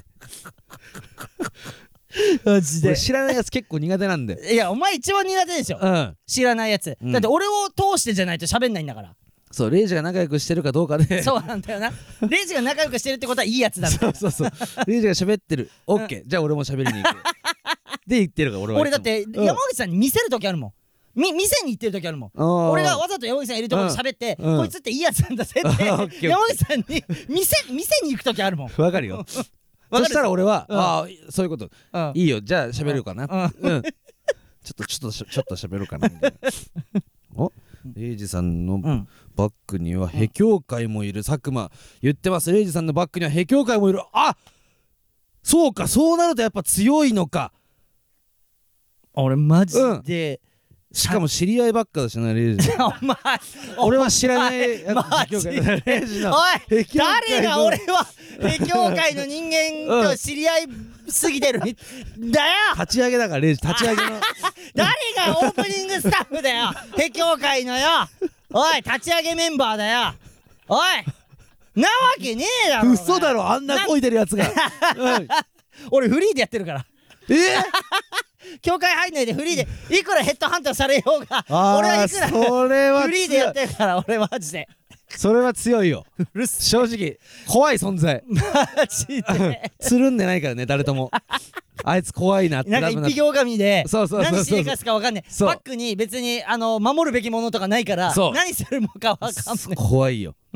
マジで知らないやつ結構苦手なんで。 いやお前一番苦手でしょ知らないやつだって俺を通してじゃないと喋んないんだから。 そうレイジが仲良くしてるかどうかでそうなんだよなレイジが仲良くしてるってことはいいやつだからそうレイジが喋ってるオッケーじゃあ俺も喋りに行くで言ってるから俺だって山口さんに見せる時あるもん店に行ってる時あるもん。俺がわざと山口さんいるところで喋ってこいつっていいやつなんだぜって山口さんに店に行く時あるもん。 わかるよそしたら俺はそういうこといいよじゃあ喋るかなちょっと喋るかなみたいなおレイジさんのバックにはへ協会もいる。佐久間言ってます。レイジさんのバックにはへ協会もいる。そうかそうなるとやっぱ強いのか。 俺マジでしかも知り合いばっかだしなレイジお前俺は知らないマジでおい誰が俺はへ協会の人間と知り合いすぎてるんだよ。 立ち上げだからレイジ立ち上げの誰がオープニングスタッフだよへ協会のよおい立ち上げメンバーだよおいなわけねえだろ。 嘘だろあんな漕いでるやつが俺フリーでやってるから協会入んないでフリーでいくらヘッドハンターされようが俺はいくらフリーでやってるから俺マジでそれは強いよ。 うるせ正直怖い存在。 マジでつるんでないからね、誰とも。あいつ怖いなってなんか一匹狼でそうそうそうそう何しでかすか分かんない。 そうバックに別に守るべきものとかないからそう何するもんか分かんない。 怖いよ。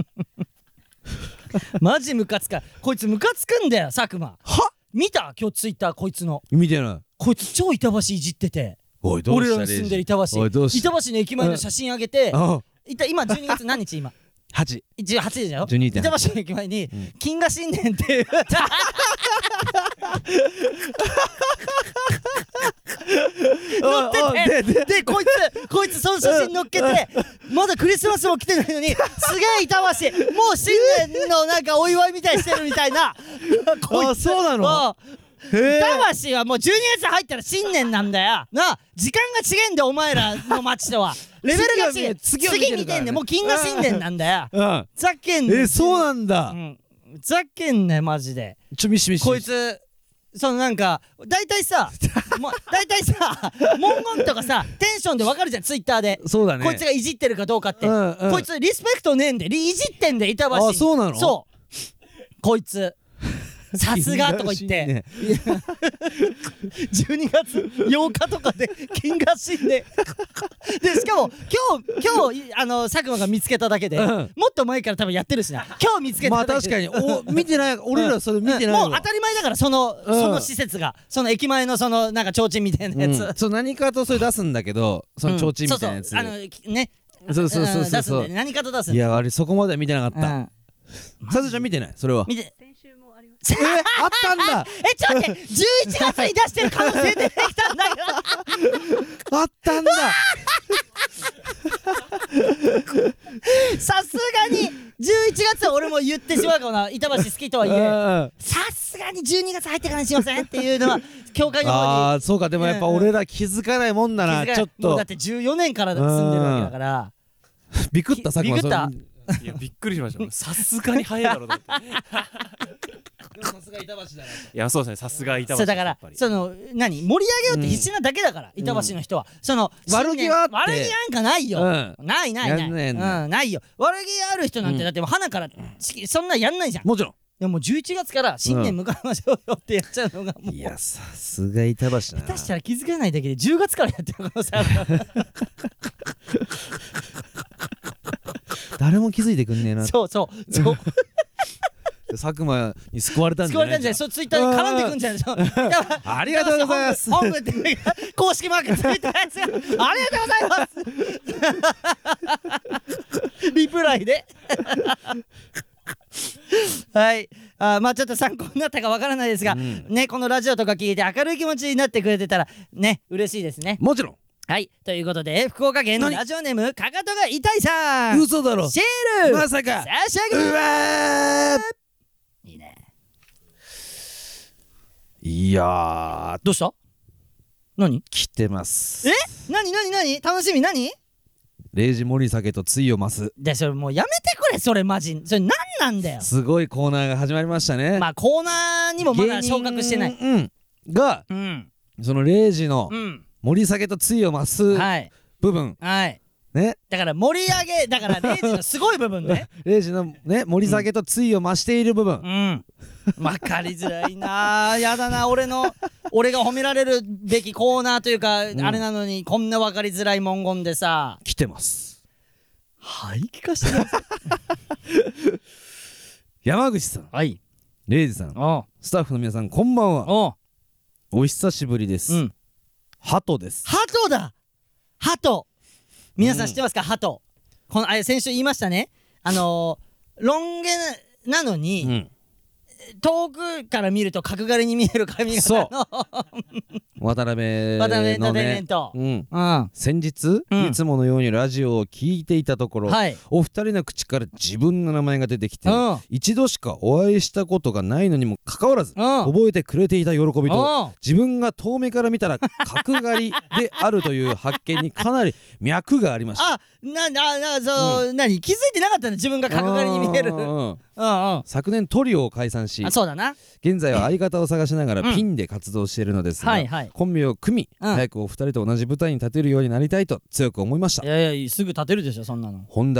マジムカつか。こいつムカつくんだよ佐久間。 は見た今日ツイッターこいつの。 見てない。 こいつ超板橋いじってて。 おいどうした俺らの住んでる板橋。 おいどうし板橋の駅前の写真あげて。 あ今12月何日今。 8 18でしょ。 12.8 板橋の駅前に金河新年っていう乗ってて、でこいつその写真乗っけて、まだクリスマスも来てないのにすげえ板橋もう新年のなんかお祝いみたいにしてるみたいな。こいつあそうなの。 板橋はもう12月入ったら新年なんだよなあ。時間が違えんだよお前らの街とは。レベルが違え。 次を見てるからね次見てんねん。もう金河新年なんだよ。 うんふざけんねん。 そうなんだ。 ふざけんねんマジで。 ミシミシ。 こいつなんか大体さ文言とかさテンションでわかるじゃんツイッターで。 そうだね。 こいつがいじってるかどうかって、 うんうんこいつリスペクトねえんでいじってんで板橋に。 あそうなの。 そうこいつさすがとか言って12月8日とかで金河新年でしかも今日佐久間が見つけただけで、もっと前から多分やってるしな。今日見つけたまあだけで確かに見てない。俺らそれ見てないわ。 もう当たり前だからその施設がその駅前のそのなんか提灯みたいなやつ、 そう何かとそれ出すんだけど、その提灯みたいなやつ。 そうねそうそうそう出すそう。 んで何かと出すんいで。 やあれそこまでは見てなかった。さずちゃん見てないそれは。 見てあったんだ。 ちょっと待って11月に出してる可能性出てきたんだけあったんだ。 どさすがに11月は俺も言ってしまうかもな。板橋好きとはいえさすがに12月入ってからにしませんっていうのは教会の方に。 ああそうか。でもやっぱ俺ら気づかないもんだな。ちょっともうだって14年から住んでるわけだからビクった佐久間。 ビクったいやびっくりしました。さすがに早いだろうと思って。 さすが板橋だな。 いやそうですね。さすが板橋。 そうだから盛り上げようって必死なだけだから、板橋の人は悪気はあって悪気なんかないよ、ないやんないないよ。悪気ある人なんてだってもう花からそんなやんないじゃん。 もちろん。 でももう11月から新年迎えましょうよってやっちゃうのがもういやさすが板橋だな。 下手したら気づかないだけで10月からやってる可能性ある誰も気づいてくんねえな。 そう佐久間に救われたんじ救われたんじゃない。そうツイッターに絡んでくんじゃない。 ありがとうございます本部って公式マークついたやつがありがとうございますリプライではいまあちょっと参考になったかわからないですが、ねこのラジオとか聞いて明るい気持ちになってくれてたらね嬉しいですね。 もちろん。 はいということで福岡県のラジオネームかかとが痛いさん嘘だろ。 シールまさか。 差し上げる。 うわいいね。 いやーどうした何来てます。 何楽しみ何 0時盛り酒とついを増す。 でそれもうやめてくれそれマジそれ何なんだよ。 すごいコーナーが始まりましたね。 まあコーナーにもまだ昇格してない。 がその0時の盛り酒とついを増すはい部分はいね。 だから盛り上げだから0時のすごい部分ね 0時のね盛り酒とついを増している部分。 分かりづらいなやだな俺が褒められるべきコーナーというか、あれなのにこんな分かりづらい文言でさ来てます。 はい聞かせてください山口さん、 はい 0時さん、スタッフの皆さんこんばんは。お久しぶりです。ハトです。 ハトだハト皆さん知ってますか、ハト先週言いましたね。ロン毛なのに、遠くから見ると角刈りに見える髪型の渡辺エンターテインメント、 先日、いつものようにラジオを聞いていたところ、お二人の口から自分の名前が出てきて、一度しかお会いしたことがないのにもかかわらず、覚えてくれていた喜びと、自分が遠目から見たら角刈りであるという発見にかなり脈がありました。 何気づいてなかったの自分が角刈りに見える。 昨年トリオを解散し、 そうだな。 現在は相方を探しながらピンで活動しているのですが、コンビを組み、早くお二人と同じ舞台に立てるようになりたいと強く思いました。 いやすぐ立てるでしょそんなの。 本題の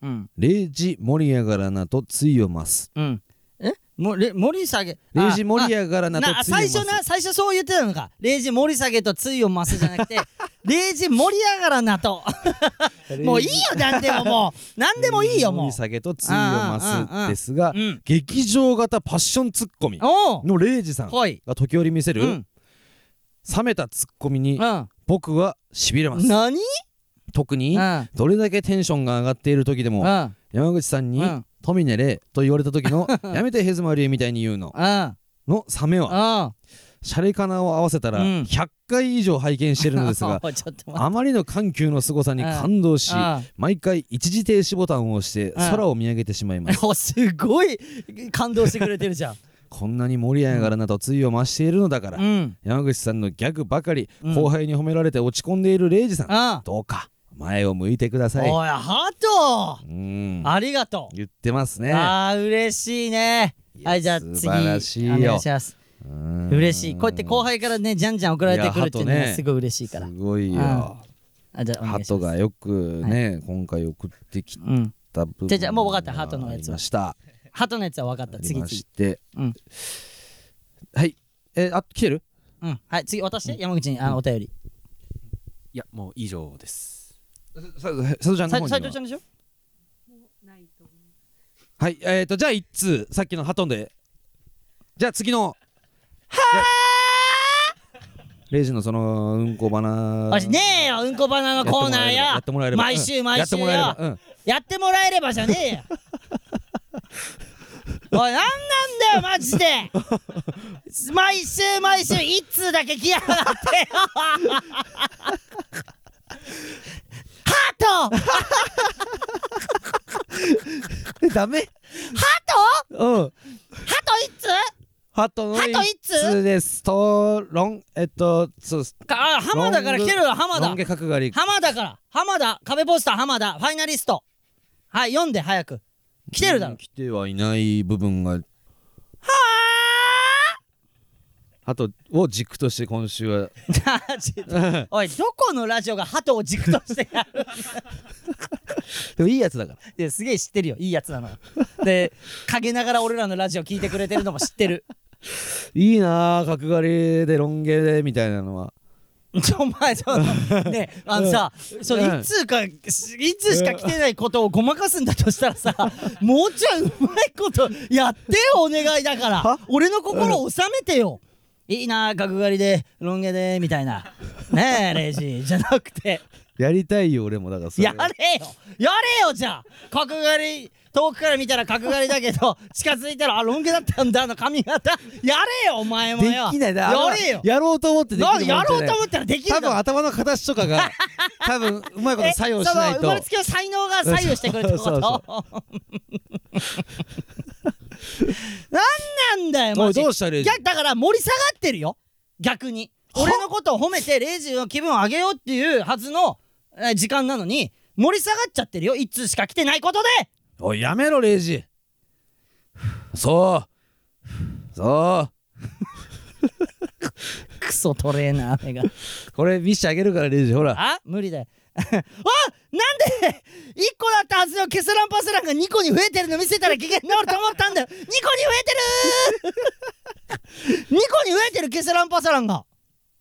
0時盛り上がらなと対を増す。 盛り下げ 0時盛り上がらなと対を増す。 最初そう言ってたのか。0時盛り下げと対を増すじゃなくて0時盛り上がらなともういいよ、なんでももうなんでもいいよ、もう。 盛り下げと対を増すですが、劇場型パッションツッコミの0時さんが時折見せる冷めたツッコミに僕はしびれます。 何？ 特にどれだけテンションが上がっている時でも山口さんにトミネレと言われた時のやめてヘズマリエみたいに言うのの冷めはシャレカナを合わせたら100回以上拝見してるのですがあまりの緩急の凄さに感動し毎回一時停止ボタンを押して空を見上げてしまいます。 すごい感動してくれてるじゃん。 こんなに盛り上がらなと対を増しているのだから、山口さんのギャグばかり後輩に褒められて落ち込んでいるレイジさん、どうか前を向いてください。 おいハトありがとう言ってますね。 嬉しいね。はい、じゃあ次素晴らしいよ。 お願いします。嬉しい。こうやって後輩からねじゃんじゃん送られてくるっていうのはすごい嬉しいから。 すごいよ。ハトがよくね今回送ってきた部分。 じゃあもう分かった。ハトのやつは。ハトのやつは分かった。次はい。来てる？ はい、次渡して山口にお便り。 いやもう以上です。 佐藤ちゃんの方には。 斉藤ちゃんでしょ？ はい、じゃあ1通さっきのハトンで。じゃあ次のはレイジのそのうんこバナねえよ、うんこバナのコーナーや毎週よやってもらえればじゃねえよおい、なんなんだよマジで毎週1通だけ来やがってよハトダメ？ ハト？ハト1通？ ハトの1通です。そうです浜田から来てるわ。浜田ロン毛角刈り浜田から浜田壁ポスター浜田ファイナリスト。はい、読んで早く。来てるだろ。 来てはいない部分がハトを軸として今週はおい、どこのラジオがハトを軸としてやるでもいいやつだから。 いや、すげえ知ってるよ、いいやつなので、陰ながら俺らのラジオ聞いてくれてるのも知ってるいいなぁ、角刈りでロン毛でみたいなのは。 お前ね、さ、いつしか来てないことをごまかすんだとしたらさ、もうちょいうまいことやってよ、お願いだから俺の心を収めてよ。いいな角刈りでロン毛でみたいなねえレイジじゃなくてやりたいよ俺も。だからそれやれよじゃあ角刈り遠くから見たら角刈りだけど近づいたらロン毛だったんだ髪型やれよお前もよ。 できないだ。 やれよ。 やろうと思ってできるもんじゃない。 やろうと思ったらできる。 多分頭の形とかが多分うまいこと作用しないと。 生まれつきの才能が左右してくるってこと。なんなんだよマジ。 どうしたレイジ。 だから盛り下がってるよ逆に。俺のことを褒めてレイジの気分を上げようっていうはずの時間なのに盛り下がっちゃってるよ。1通しか来てないことで。 おいやめろレイジ。 クソトレーナー目がこれ見してあげるからレイジほら。 無理だよなんで1個だったはずのケスランパスランが2個に増えてるの見せたら機嫌治ると思ったんだよ。2個に増えてる2個に増えてるケスランパスランが。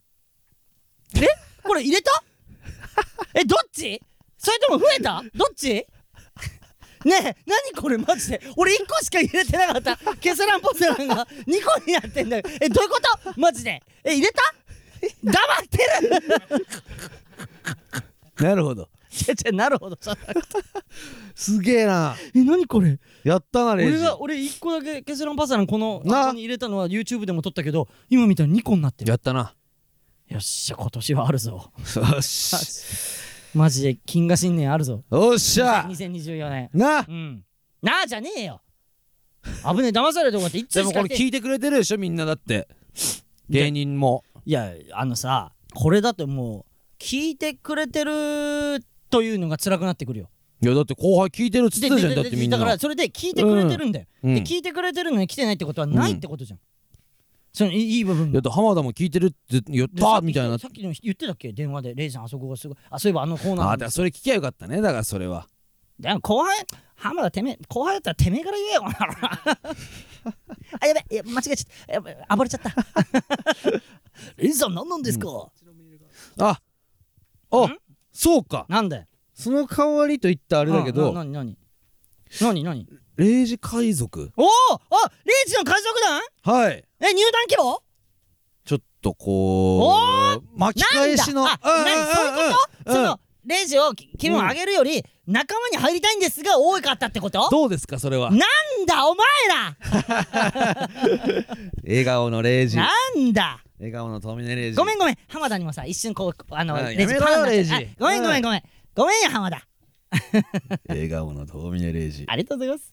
これ入れたどっち？それとも増えた？どっち？ねえ何これマジで俺1個しか入れてなかったケスランポスランが2個になってんだよ。どういうことマジで入れた？黙ってるなるほどなるほどすげえな。 何これやったなレイジ。 俺1個だけケスランパスランこの箱に入れたのは YouTube でも撮ったけど今みたいに2個になってる。 やったな。 よっしゃ今年はあるぞよしマジで金河新年あるぞ。 よっしゃ 2024年ななあじゃねえよ危ねえ騙されるとこっていつしか。 でもこれ聞いてくれてるでしょみんな。だって芸人も。 いやさこれだともう聞いてくれてるというのが辛くなってくるよ。 いやだって後輩聞いてるっつってたじゃん。だってみんなだからそれで聞いてくれてるんだよ、で聞いてくれてるのに来てないってことはないってことじゃん、そのいい部分。 だって浜田も聞いてるって言ったみたいな。 さっきの言ってたっけ電話でレイさんあそこがすごい。そういえばコーナーだからそれ聞きゃよかったね。だからそれはでも後輩浜田てめえ後輩だったらてめえから言えよあやべ間違えちゃった暴れちゃったレイジさん何なんですか、 あそうか。 なんでその代わりと言ったらあれだけど、 何 0時海賊。 おおレイジの海賊団はい。 入団希望ちょっとこう巻き返しのそういうことそのレイジを気分を上げるより仲間に入りたいんですが多かったってこと？ どうですかそれは。 なんだお前ら笑顔のレイジ。 なんだ笑顔のトミネレイジ。 ごめん浜田にもさ一瞬こうレイジやめろよレイジ。 ごめんよ浜田笑顔のトミネレイジ。 ありがとうございます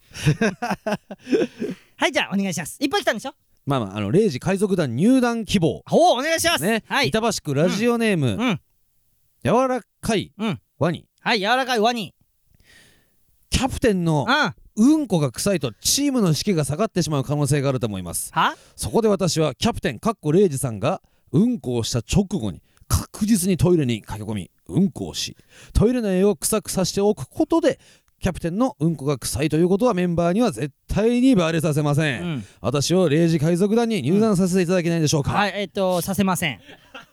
はいじゃあお願いします。いっぱい来たんでしょ。 レイジ海賊団入団希望。 ほうお願いしますね。 はい板橋区ラジオネーム柔らかいワニ。 はい柔らかいワニ。 キャプテンのうんこが臭いとチームの士気が下がってしまう可能性があると思います。そこで私はキャプテンレイジさんがうんこをした直後に確実にトイレに駆け込みうんこをしトイレ内を臭くさせておくことでキャプテンのうんこが臭いということはメンバーには絶対にバレさせません、私をレイジ海賊団に入団させていただけないでしょうか。 はいさせません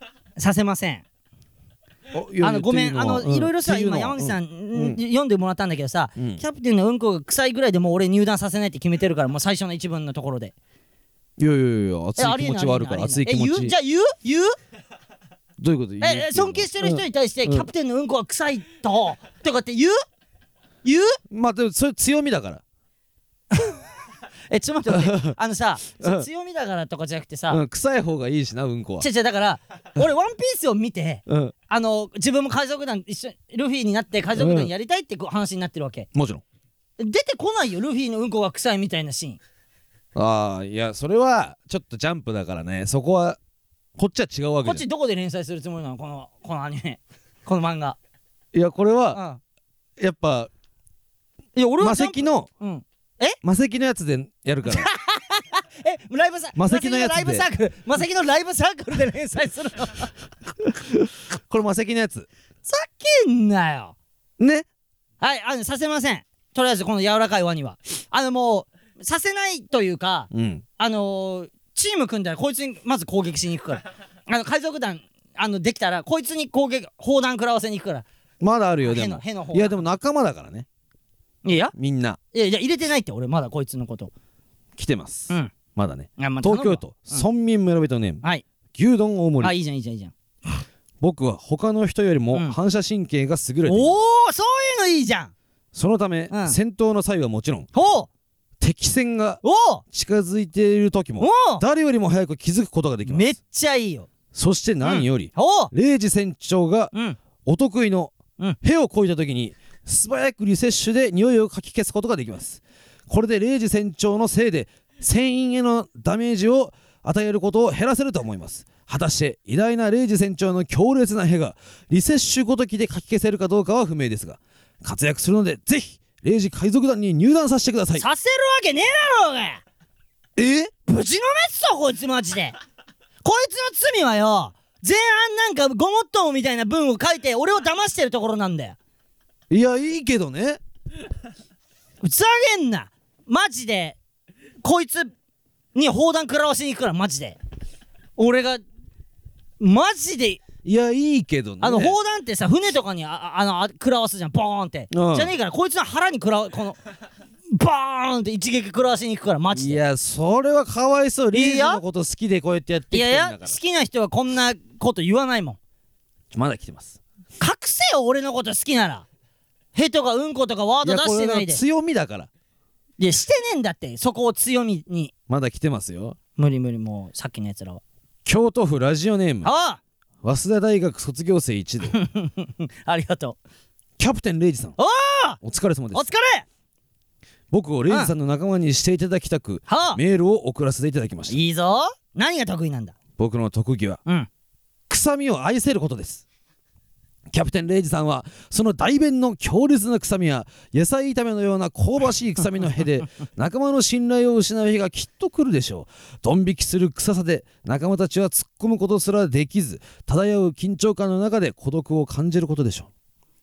ごめんいろいろさ今山口さん読んでもらったんだけどさキャプテンのうんこが臭いぐらいでもう俺入団させないって決めてるからもう最初の一文のところで。 いや熱い気持ちはあるから熱い気持ち。 じゃあ言うどういうこと尊敬してる人に対してキャプテンのうんこは臭いとかって言うでもそれ強みだからちょっと待って強みだからとかじゃなくてさ臭い方がいいしなうんこは。 だから俺ワンピースを見て自分も海賊団一緒ルフィになって海賊団やりたいって話になってるわけ。 もちろん出てこないよルフィのうんこが臭いみたいなシーン。いやそれはちょっとジャンプだからね。そこはこっちは違うわけじゃん。 こっちどこで連載するつもりなのこのアニメこの漫画。 いやこれはやっぱ魔石のやつでやるからライブサ魔石のやつで魔石のライブサークルで連載するのこれ魔石のやつさけんなよね。 はいさせません。とりあえずこの柔らかいワニはもうさせないというかチーム組んだらこいつにまず攻撃しに行くから海賊団できたらこいつに砲弾食らわせに行くから。 まだあるよでも。いやでも仲間だからね。 いやみんな。 いや入れてないって俺まだこいつのこと来てます。まだね。 東京都村民村人ネーム牛丼大盛り。 いいじゃん僕は他の人よりも反射神経が優れている。 そういうのいいじゃん。 そのため戦闘の際はもちろん敵戦が近づいている時も誰よりも早く気づくことができます。 めっちゃいいよ。 そして何よりレイジ船長がお得意の屁をこいた時に素早くリセッシュで匂いをかき消すことができます。これでレイジ船長のせいで船員へのダメージを与えることを減らせると思います。果たして偉大なレイジ船長の強烈な屁がリセッシュごときでかき消せるかどうかは不明ですが活躍するのでぜひレイジ海賊団に入団させてください。 させるわけねえだろうが。ぶちのめっぞこいつマジでこいつの罪はよ前半なんかごもっともみたいな文を書いて俺を騙してるところなんだよ。 いやいいけどね。 ふざけんなマジで。こいつに砲弾食らわしに行くからマジで俺がマジで。 いやいいけどね。 砲弾ってさ船とかに食らわすじゃんボーンって、じゃねえからこいつの腹にこのボーンって一撃食らわしに行くからマジで。 いやそれはかわいそう。レイジのこと好きでこうやってやってきてんだから。 いや好きな人はこんなこと言わないもん。 まだ来てます。 隠せよ俺のこと好きなら。へとかうんことかワード出してないで。 強みだから。 いやしてねえんだってそこを強みに。 まだ来てますよ。 無理もうさっきのやつらは。 京都府ラジオネーム早稲田大学卒業生一同ありがとうキャプテンレイジさん。お疲れ様です。 お疲れ。 僕をレイジさんの仲間にしていただきたくメールを送らせていただきました。 いいぞ。何が得意なんだ。 僕の特技は臭みを愛せることです。キャプテンレイジさんはその大便の強烈な臭みや野菜炒めのような香ばしい臭みの屁で仲間の信頼を失う日がきっと来るでしょう。ドン引きする臭さで仲間たちは突っ込むことすらできず漂う緊張感の中で孤独を感じることでしょう。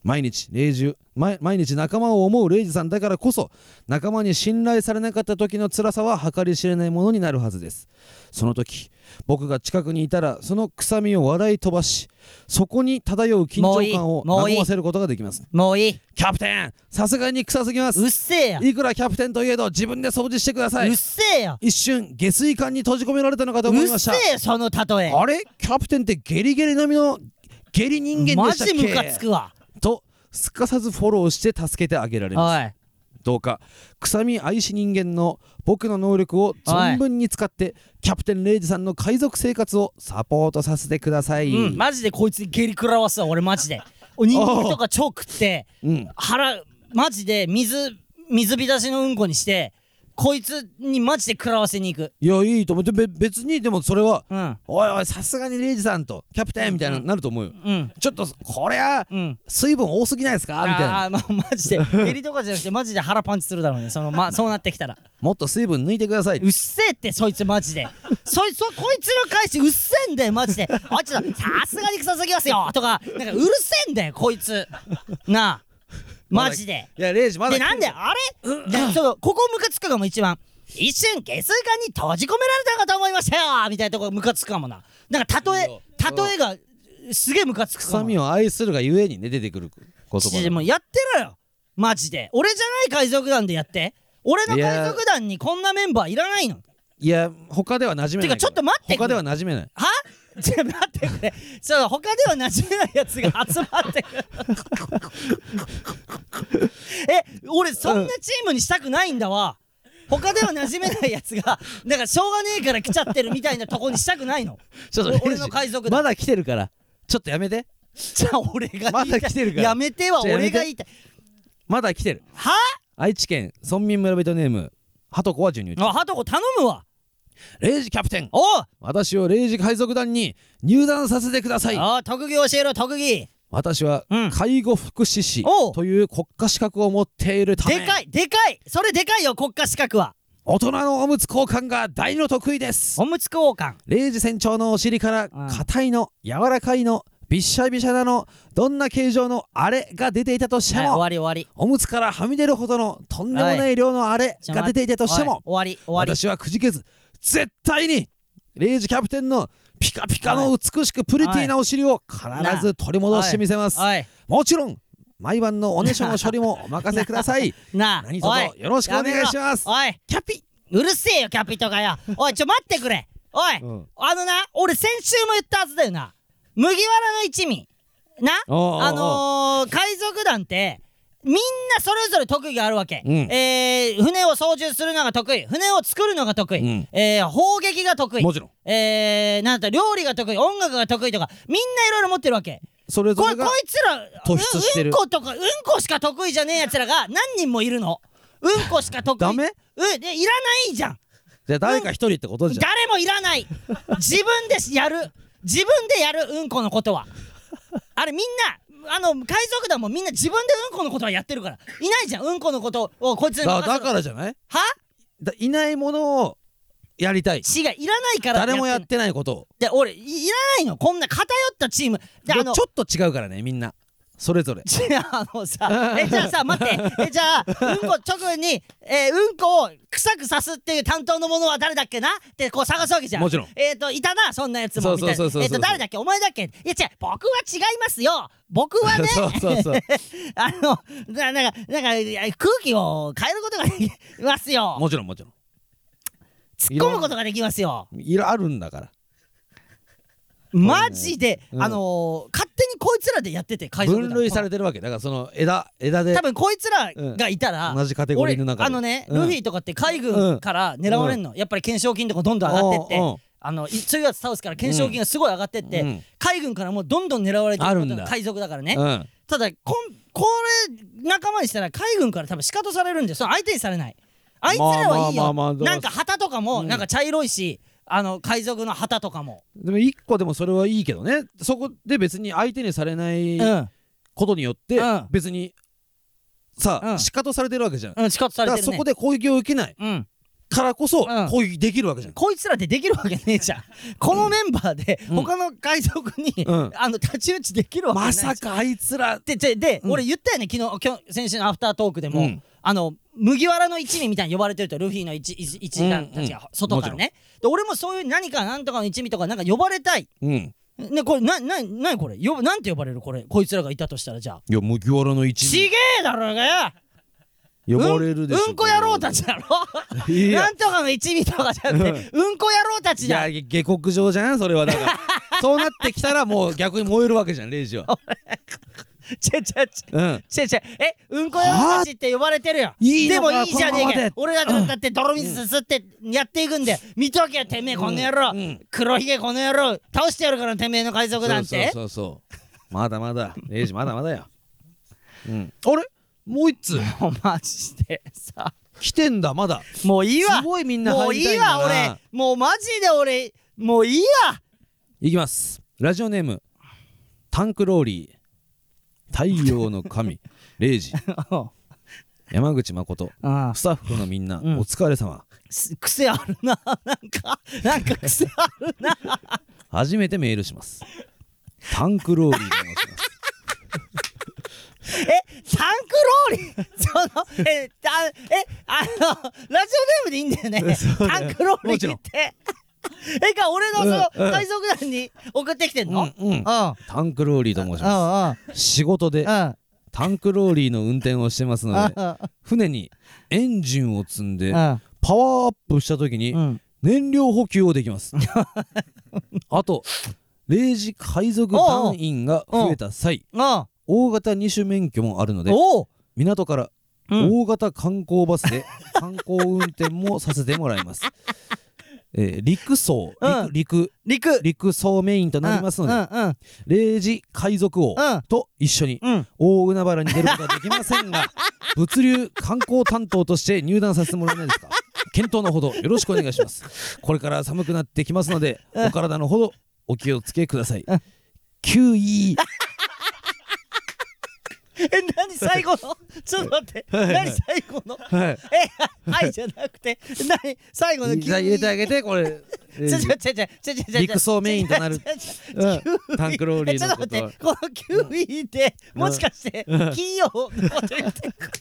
毎日仲間を思うレイジさんだからこそ、仲間に信頼されなかった時の辛さは計り知れないものになるはずです。その時僕が近くにいたら、その臭みを笑い飛ばし、そこに漂う緊張感を和ませることができます。 もういい。 キャプテン、さすがに臭すぎます。 うっせえよ。 いくらキャプテンといえど自分で掃除してください。 うっせえよ。 一瞬下水管に閉じ込められたのかと思いました。 うっせえよその例え。 あれ、キャプテンってゲリゲリ並みのゲリ人間でしたっけ。 マジムカつくわとすかさずフォローして助けてあげられます。 おい、 どうか臭み愛し人間の僕の能力を存分に使ってキャプテンレイジさんの海賊生活をサポートさせてください。 マジでこいつにゲリ食らわすわ俺マジで。お人間とか超食って腹マジで水浸しのうんこにしてこいつにマジで食らわせに行く。 いや、いいと思って、別にでもそれは、 うんおいおいさすがにレイジさんとキャプテンみたいななると思うよ、ちょっとこれは水分多すぎないですかみたいな。 マジでゲリとかじゃなくてマジで腹パンチするだろうねそうなってきたら。 もっと水分抜いてください。 うっせえってそいつマジでこいつの返しうっせえんだよマジで。あちょっとさすがに臭すぎますよとかなんかうるせえんだよこいつなあマジで。 いやレイジまだでなんであれそうここムカつくかも一番。一瞬下水管に閉じ込められたかと思いましたよみたいなとこムカつくかもな。なんか例えがすげえムカつくかも。 臭みを愛するがゆえにね出てくる言葉だ。 もうやってろよマジで。俺じゃない海賊団でやって。俺の海賊団にこんなメンバーいらないの。 いや他では馴染めない。 てかちょっと待ってくれ。 他では馴染めない。 はちょっと待ってくれ。そう他では馴染めないやつが集まってくる俺そんなチームにしたくないんだわ。他では馴染めないやつがだからしょうがねえから来ちゃってるみたいなとこにしたくないの。 ちょっと俺の海賊団まだ来てるからちょっとやめて。 じゃあ俺が言いたい。 まだ来てるからやめては俺が言いたい。 まだ来てる。 は愛知県村民村人ネームハトコは授乳中。 ハトコ頼むわ。 レイジキャプテン、 おう私をレイジ海賊団に入団させてください。 特技教えろ特技。 私は介護福祉士おうという国家資格を持っているため、 でかいそれでかいよ国家資格は。 大人のおむつ交換が大の得意です。 おむつ交換。 レイジ船長のお尻から硬いの柔らかいのびっしゃびしゃなのどんな形状のあれが出ていたとしても、 終わりおむつからはみ出るほどのとんでもない量のあれが出ていたとしても、 終わり。 私はくじけず絶対にレイジキャプテンのピカピカの美しくプリティなお尻を必ず取り戻してみせます。もちろん毎晩のおねしょの処理もお任せください何卒よろしくお願いします。 おいキャピ。 うるせえよキャピとかよおい待ってくれおい、俺先週も言ったはずだよな。麦わらの一味な海賊団ってみんなそれぞれ特技があるわけ、船を操縦するのが得意、船を作るのが得意、砲撃が得意、 もちろんなんだ料理が得意、音楽が得意とかみんないろいろ持ってるわけ。 それぞれがこいつら突出してる。 うんこしか得意じゃねえやつらが何人もいるの。うんこしか得意ダメ？ いらないじゃん。 じゃあ誰か一人ってことじゃん。 誰もいらない自分でやるうんこのことはあれみんな海賊団もみんな自分でうんこのことはやってるからいないじゃん。うんこのことをこいつにだからじゃない？いないものをやりたい。 いらないから誰もやってないことを。 で俺いらないのこんな偏ったチームで。 ちょっと違うからねみんなそれぞれ。 じゃあじゃあさ待ってじゃあうんこ直後にうんこを臭くさすっていう担当の者は誰だっけなってこう探すわけじゃん。 もちろんいたなそんなやつもみたいな。誰だっけお前だっけ。いや違う僕は違いますよ。僕はねそうなんか空気を変えることができますよ。 もちろん突っ込むことができますよ。 あるんだからマジで勝手にこいつらでやってて海賊団分類されてるわけだからその枝で多分こいつらがいたら同じカテゴリーの中でルフィとかって海軍から狙われんの。やっぱり懸賞金とかどんどん上がってってそういうやつ倒すから懸賞金がすごい上がってって海軍からもうどんどん狙われてる海賊だからね。ただこれ仲間にしたら海軍から多分シカトされるんでその相手にされない。あいつらはいいよ。なんか旗とかもなんか茶色いし海賊の旗とかも。 でも一個でもそれはいいけどね。そこで別に相手にされないことによって別にさシカトされてるわけじゃん。 シカトされてるね。 だからそこで攻撃を受けないからこそうん攻撃できるわけじゃん。 こいつらでできるわけねえじゃん。このメンバーで他の海賊に、 うん太刀打ちできるわけないまじゃん。 さかあいつらで、 うん俺言ったよね先週のアフタートークでも、 うん麦わらの一味みたいに呼ばれてるとルフィの一団たちが外からね、で俺もそういう何かなんとかの一味とかなんか呼ばれたいうんね。これ何これなんて呼ばれるこれこいつらがいたとしたらじゃあいや麦わらの一ちげえだろうがよ。 呼ばれるでしょ。 うんこ野郎たちだろいやなんとかの一味とかじゃなくてうんこ野郎たちだ。 いや下克上じゃんそれは。だからそうなってきたらもう逆に燃えるわけじゃんレイジは。うんうんこ野郎たちって呼ばれてるよ。 いいのかでもいいじゃねえかよ。 このままで俺らだって泥水すすってやっていくんで見とけよてめえこの野郎、黒ひげこの野郎倒してやるからてめえの海賊なんて。 そうまだまだレイジまだまだよ。あれもう一通もうマジでさ来てんだまだ。 もういいわ。 すごいみんなもういい入りたいんだな。 わ俺もうマジで俺もういいわ。 いきます。ラジオネームタンクローリー太陽の神レイジ山口誠あスタッフのみんな、 うんお疲れ様。 癖あるななんか癖あるな初めてメールします。タンクローリーと申しますタンクローリーラジオネームでいいんだよねそうだよタンクローリもちろんーって俺のその海賊団に送ってきてんの。 タンクローリーと申します仕事でタンクローリーの運転をしてますので船にエンジンを積んでパワーアップした時に燃料補給をできますあと0時海賊団員が増えた際大型二種免許もあるので港から大型観光バスで観光運転もさせてもらいます陸送陸送メインとなりますので0時海賊王と一緒に大海原に出ることはできませんが物流観光担当として入団させてもらえないですか。検討のほどよろしくお願いします。これから寒くなってきますのでお体のほどお気をつけください。9位何最後のちょっと待って何最後のはいじゃなくて何最後の入れてあげてこれ陸送メインとなるタンクローリーのことちょっと待ってこの9位でもしかして金曜のこと言ってちょっ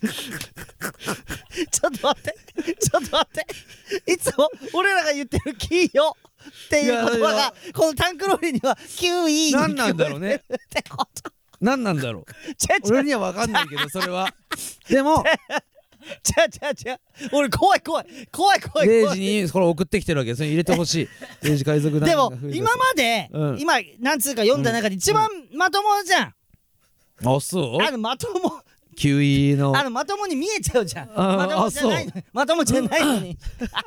と待っていつも俺らが言ってる金曜っていう言葉がこのタンクローリーには9位に何なんだろうねってこと何なんだろう俺には分かんないけどそれはでも俺怖い 0時にこれ送ってきてるわけそれ入れてほしい0時海賊団でも今まで今何通か読んだ中で一番まともじゃん。 あそうまとも 9位のまともに見えちゃうじゃん。まともじゃないのまともじゃないのに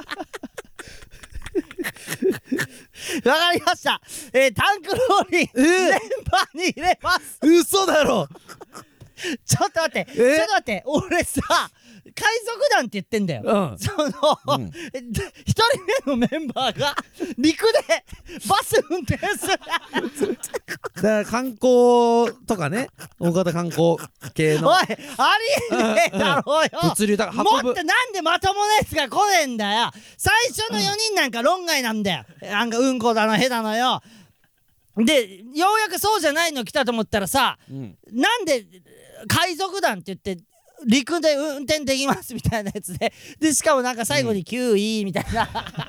わかりました。タンクローリーメンバーに入れます。 嘘だろちょっと待って俺さ海賊団って言ってんだよ。その1人目のメンバーが陸でバス運転するだから観光とかね大型観光系のおいありえねえだろうよ物流だからもっとなんでまともなやつが来ねえんだよ。最初の4人なんか論外なんだよ。なんかうんこだのへだのよ。でようやくそうじゃないの来たと思ったらさ、なんで海賊団って言って陸で運転できますみたいなやつでしかもなんか最後に9位みたいな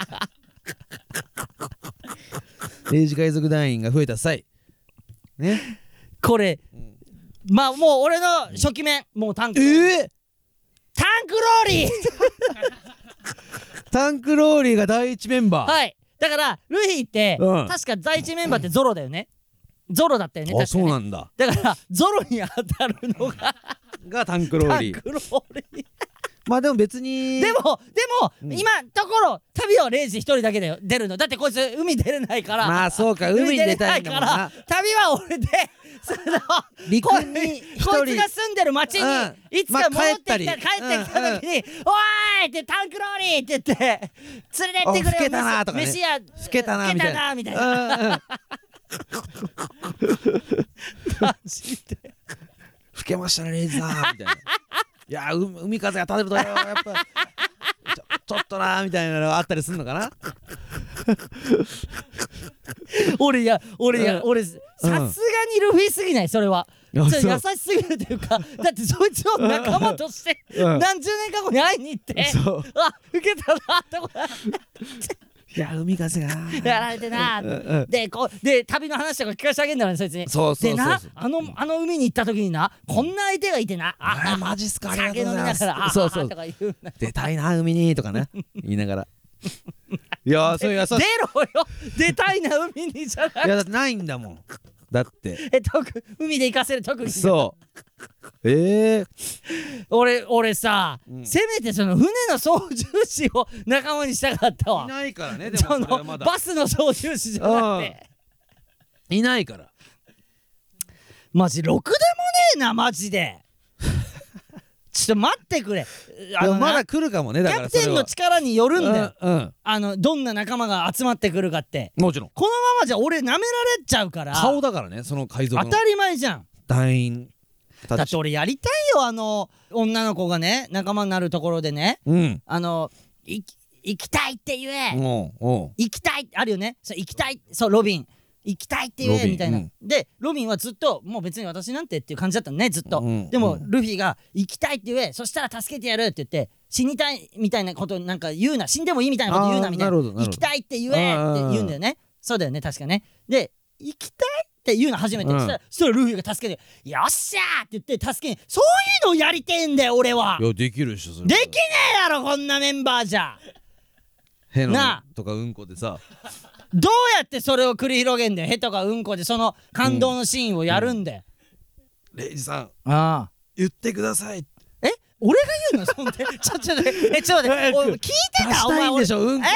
0時海賊団員が増えた際ねこれまあもう俺の初期面もうタンクローリータンクローリーが第一メンバーはいだからルフィって確か第一メンバーってゾロだよね。ゾロだったよね確かに。 そうなんだ。 だからゾロに当たるのがタンクローリー。 タンクローリーまあでも別にでも今のところ旅はレイジ一人だけだよ出るの。だってこいつ海出れないからまあそうか海に出たいんだもんな。 旅は俺で陸にこいつが住んでる町にいつか戻ってきた帰ってきた時に「おーい!」って「タンクローリー!」って言って連れてってくれよ。 老けたなとかね。 飯屋老けたなみたいな。 マジで老けましたねレイジさんみたいな。 いや海風が立てるとよやっぱちょっとなーみたいなのがあったりするのかな。 俺さすがにルフィすぎないそれは。ちょっと優しすぎるというか、だってそいつを仲間として何十年か後に会いに行って、ウケたなとかいや海風がやられてなで旅の話とか聞かせてあげるんだよねそいつに。でなあの海に行った時になこんな相手がいてなマジっすかありがとう酒飲みなございますがらそうそうとか言うんだ。 出たいな海にとかね言いながらいやそういう優しい。 出ろよ出たいな海にじゃない。 いやだってないんだもんだって海で行かせる特技。 そう俺さ、せめてその船の操縦士を仲間にしたかったわ。 いないからね。でもそれはまだバスの操縦士じゃなくていないからマジろくでもねえなマジでちょっと待ってくれ。 まだ来るかもね。だからキャプテンの力によるんだよ、 うんどんな仲間が集まってくるかって。 もちろんこのままじゃ俺舐められちゃうから。 顔だからねその海賊の当たり前じゃん。 団員だって俺やりたいよ女の子がね仲間になるところでね、行きたいって言え行きたいあるよね。そう行きたいそうロビン行きたいって言えみたいな、でロビンはずっともう別に私なんてっていう感じだったのねずっと、でもルフィが行きたいって言えそしたら助けてやるって言って死にたいみたいなことなんか言うな死んでもいいみたいなこと言うなみたいな行きたいって言えって言うんだよね。そうだよね確かね。で行きたいって言うの初めて、そしたらルフィが助けてよっしゃーって言って助けにそういうのをやりてえんだよ俺は。 いやできるっしょそれ。 できねえだろこんなメンバーじゃ。 へのとかうんこでさどうやってそれを繰り広げんだよ。へとかうんこでその感動のシーンをやるんだよ。 レイジさん言ってください。 俺が言うのそんでちょっと待って聞いてた出したいんでしょうんこ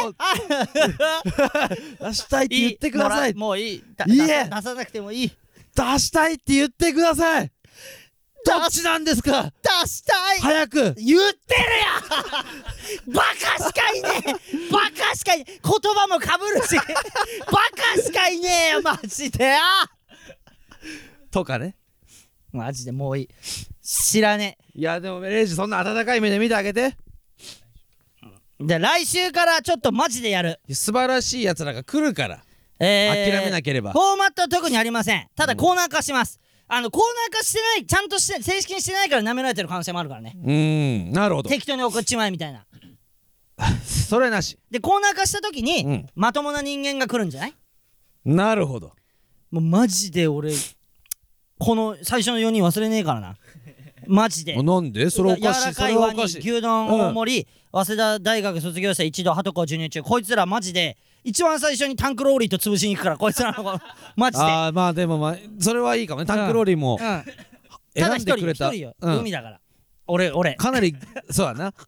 出したいって言ってください。 もういい出さなくてもいい。 出したいって言ってください。どっちなんですか。 出したい早く言ってるやバカしかいねえバカしかいねえ言葉もかぶるしバカしかいねえよマジでとかね。 マジでもういい知らねえ。いやでもレイジそんな温かい目で見てあげて。 で来週からちょっとマジでやる素晴らしいやつらが来るから諦めなければ。 フォーマットは特にありません。ただコーナー化します、コーナー化してないちゃんとして正式にしてないから舐められてる可能性もあるからね。 なるほど。 適当に送っちまえみたいなそれなしでコーナー化した時に、まともな人間が来るんじゃない。 なるほど。 もうマジで俺この最初の4人忘れねえからなマジで。 なんでそれおかしい。 柔らかいワニ牛丼大盛り、早稲田大学卒業した一度ハトコ授乳中こいつらマジで一番最初にタンクローリーと潰しに行くからこいつらのマジで。 まあでもそれはいいかもね。タンクローリーもただ選んでくれた。 一人よ海だから俺かなりそうだな。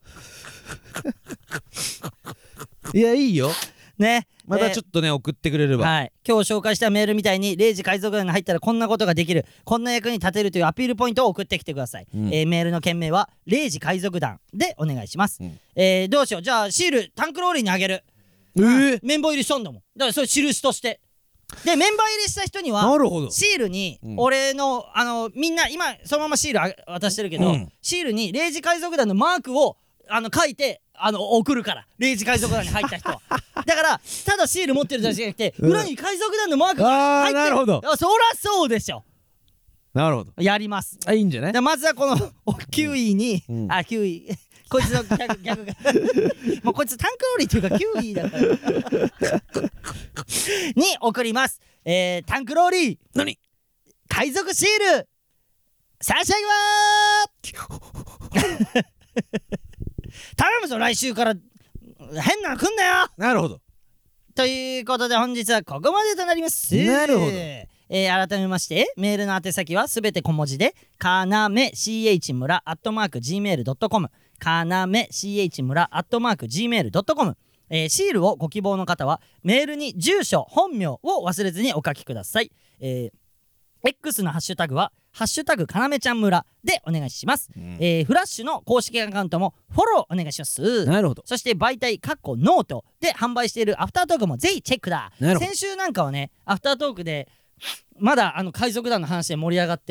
いやいいよね。 またちょっとね送ってくれれば。 はい今日紹介したメールみたいに0時海賊団に入ったらこんなことができるこんな役に立てるというアピールポイントを送ってきてください、メールの件名は0時海賊団でお願いします、どうしよう。じゃあシールタンクローリーにあげる。メンバー入りしたんだもん。だからそれ印としてでメンバー入りした人にはシールに俺のみんな今そのままシール渡してるけど、シールに0時海賊団のマークを書いて送るから0時海賊団に入った人はだからただシール持ってるだけじゃなくて、裏に海賊団のマークが入ってる。 なるほど。 そらそうでしょ。 なるほど。 やります。 いいんじゃない。 まずはこのキウイに、キウイこいつの逆がもうこいつタンクローリーっていうかキウイだからに送ります。タンクローリー何海賊シール差し上げます頼むぞ来週から変なの来んなよ。 なるほど。 ということで本日はここまでとなります。 なるほど。 改めましてメールの宛先はすべて小文字でかなめ CH 村@gmail.com かなめ CH 村@gmail.com、シールをご希望の方はメールに住所本名を忘れずにお書きください。X のハッシュタグはハッシュタグかなめちゃん村でお願いします、フラッシュの公式アカウントもフォローお願いします。 なるほど。 そして媒体ノートで販売しているアフタートークもぜひチェックだ。先週なんかはねアフタートークでまだ海賊団の話で盛り上がって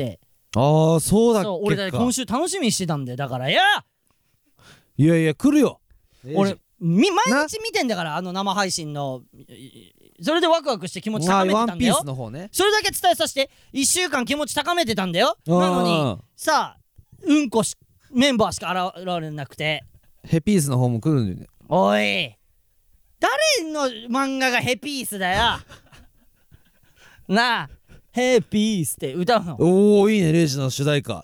ああそうだっけか。 そう俺だって今週楽しみにしてたんだよ。だからいや来るよ。 俺毎日見てんだから、あの生配信のそれでワクワクして気持ち高めてたんだよ。 ワンピースの方ね。 それだけ伝えさせて。1週間気持ち高めてたんだよ。なのにさあメンバーしか現れなくて。 ヘピースの方も来るんだよね。 おい誰の漫画がヘピースだよなあヘピースって歌うの。 おおいいね、レイジの主題歌。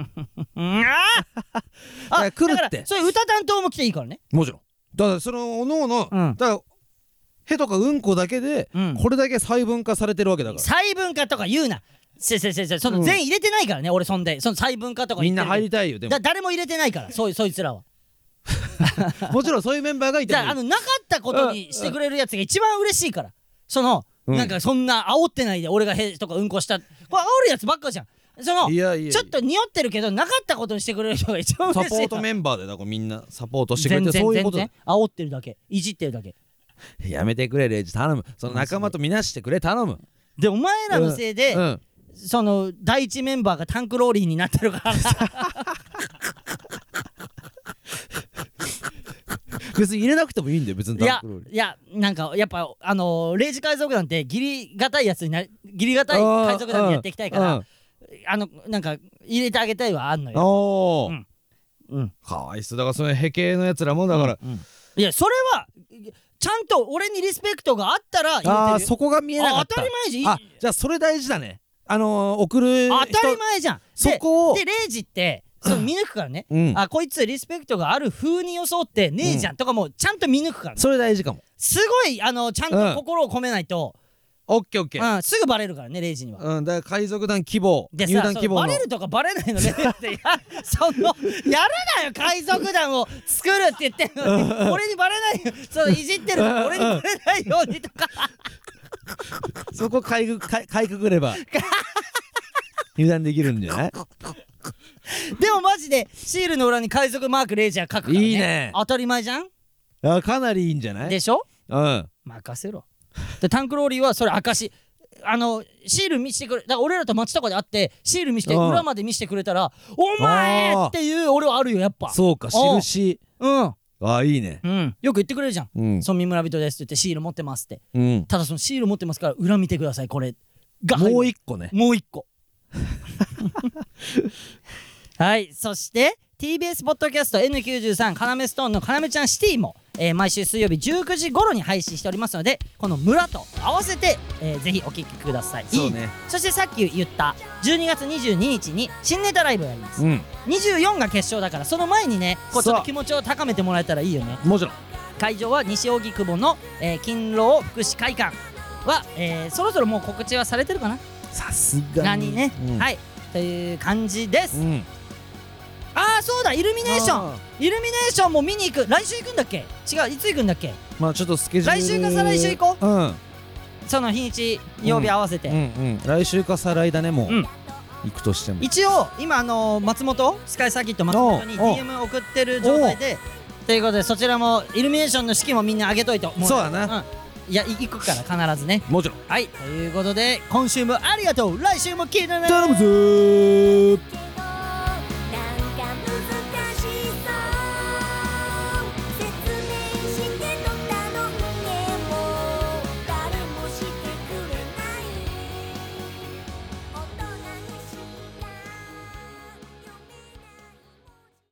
あ来るって。 だからそれ歌担当も来ていいからね。 もちろん。だからそのおのおの、だからへとかうんこだけでこれだけ細分化されてるわけだから。 細分化とか言うな。その全員入れてないからね、俺。そんでその細分化とかみんな入りたいよ。でも誰も入れてないから、そいつらは。 もちろんそういうメンバーがいてもいい。 なかったことにしてくれるやつが一番嬉しいから。なんかそんな煽ってないで俺がへとかうんこしたこれ煽るやつばっかじゃん。ちょっと匂ってるけどなかったことにしてくれる人が一番嬉しい。 サポートメンバーでだからみんなサポートしてくれて、そういうことだ。 煽ってるだけ、いじってるだけ。 やめてくれレイジ、頼む。その仲間とみなしてくれ、頼む。 でお前らのせいでその第一メンバーがタンクローリーになってるから別に入れなくてもいいんだよ、別に。 いやなんかやっぱ0時海賊団ってギリがたい海賊団でやっていきたいから、なんか入れてあげたいはあんのよ。 かわいそうだから、そのヘケのやつらもだから、 いやそれはちゃんと俺にリスペクトがあったら入れてるよ。 ああそこが見えなかった。 当たり前じゃん。 じゃあそれ大事だね。送る人当たり前じゃん。 そこをでレイジって見抜くからね。あこいつリスペクトがある風に装ってねえじゃんとかもちゃんと見抜くからね。 それ大事かも。 すごいちゃんと心を込めないと。 オッケーオッケー。 すぐバレるからね、レイジには。 だから海賊団希望、入団希望のバレるとかバレないのねってやるなよ。海賊団を作るって言ってんのに俺にバレないよ。いじってる俺にバレないようにとかそこかいくぐれば入団できるんじゃない？ でもマジでシールの裏に海賊マークレイジャー書くからね。 いいね。 当たり前じゃん。 かなりいいんじゃない？ でしょ。 任せろ。でタンクローリーはそれ証シール見せてくれ。だから俺らと街とかで会ってシール見せて裏まで見せてくれたらお前っていう俺はあるよやっぱ。 そうか、印。いいね。 よく言ってくれるじゃん。村民村人ですって言ってシール持ってますって。ただそのシール持ってますから裏見てくださいこれが。 もう一個ね。 もう一個はい。そしてTBS ポッドキャスト N93 カナメストーンのカナメちゃんシティも、毎週水曜日19時頃に配信しておりますので、この村と合わせて、ぜひお聞きください。 そうね。 そしてさっき言った12月22日に新ネタライブをやります。24が決勝だから、その前にねちょっと気持ちを高めてもらえたらいいよね。 もちろん。 会場は西荻窪の、勤労福祉会館は、そろそろもう告知はされてるかな。 さすがにね。はいという感じです。そうだ、イルミネーションも見に行く。来週行くんだっけ？違う、いつ行くんだっけ？ まあちょっとスケジュール、 来週か再来週行こう。その日にち曜日合わせて来週か再来だね。もう行くとしても一応今松本スカイサーキット松本に DM 送ってる状態で、ということでそちらもイルミネーションの式もみんなあげといて。 そうだな。 いや行くから必ずね。 もちろん。 はい、ということで今週もありがとう。来週も聞いてね。 頼むぞー。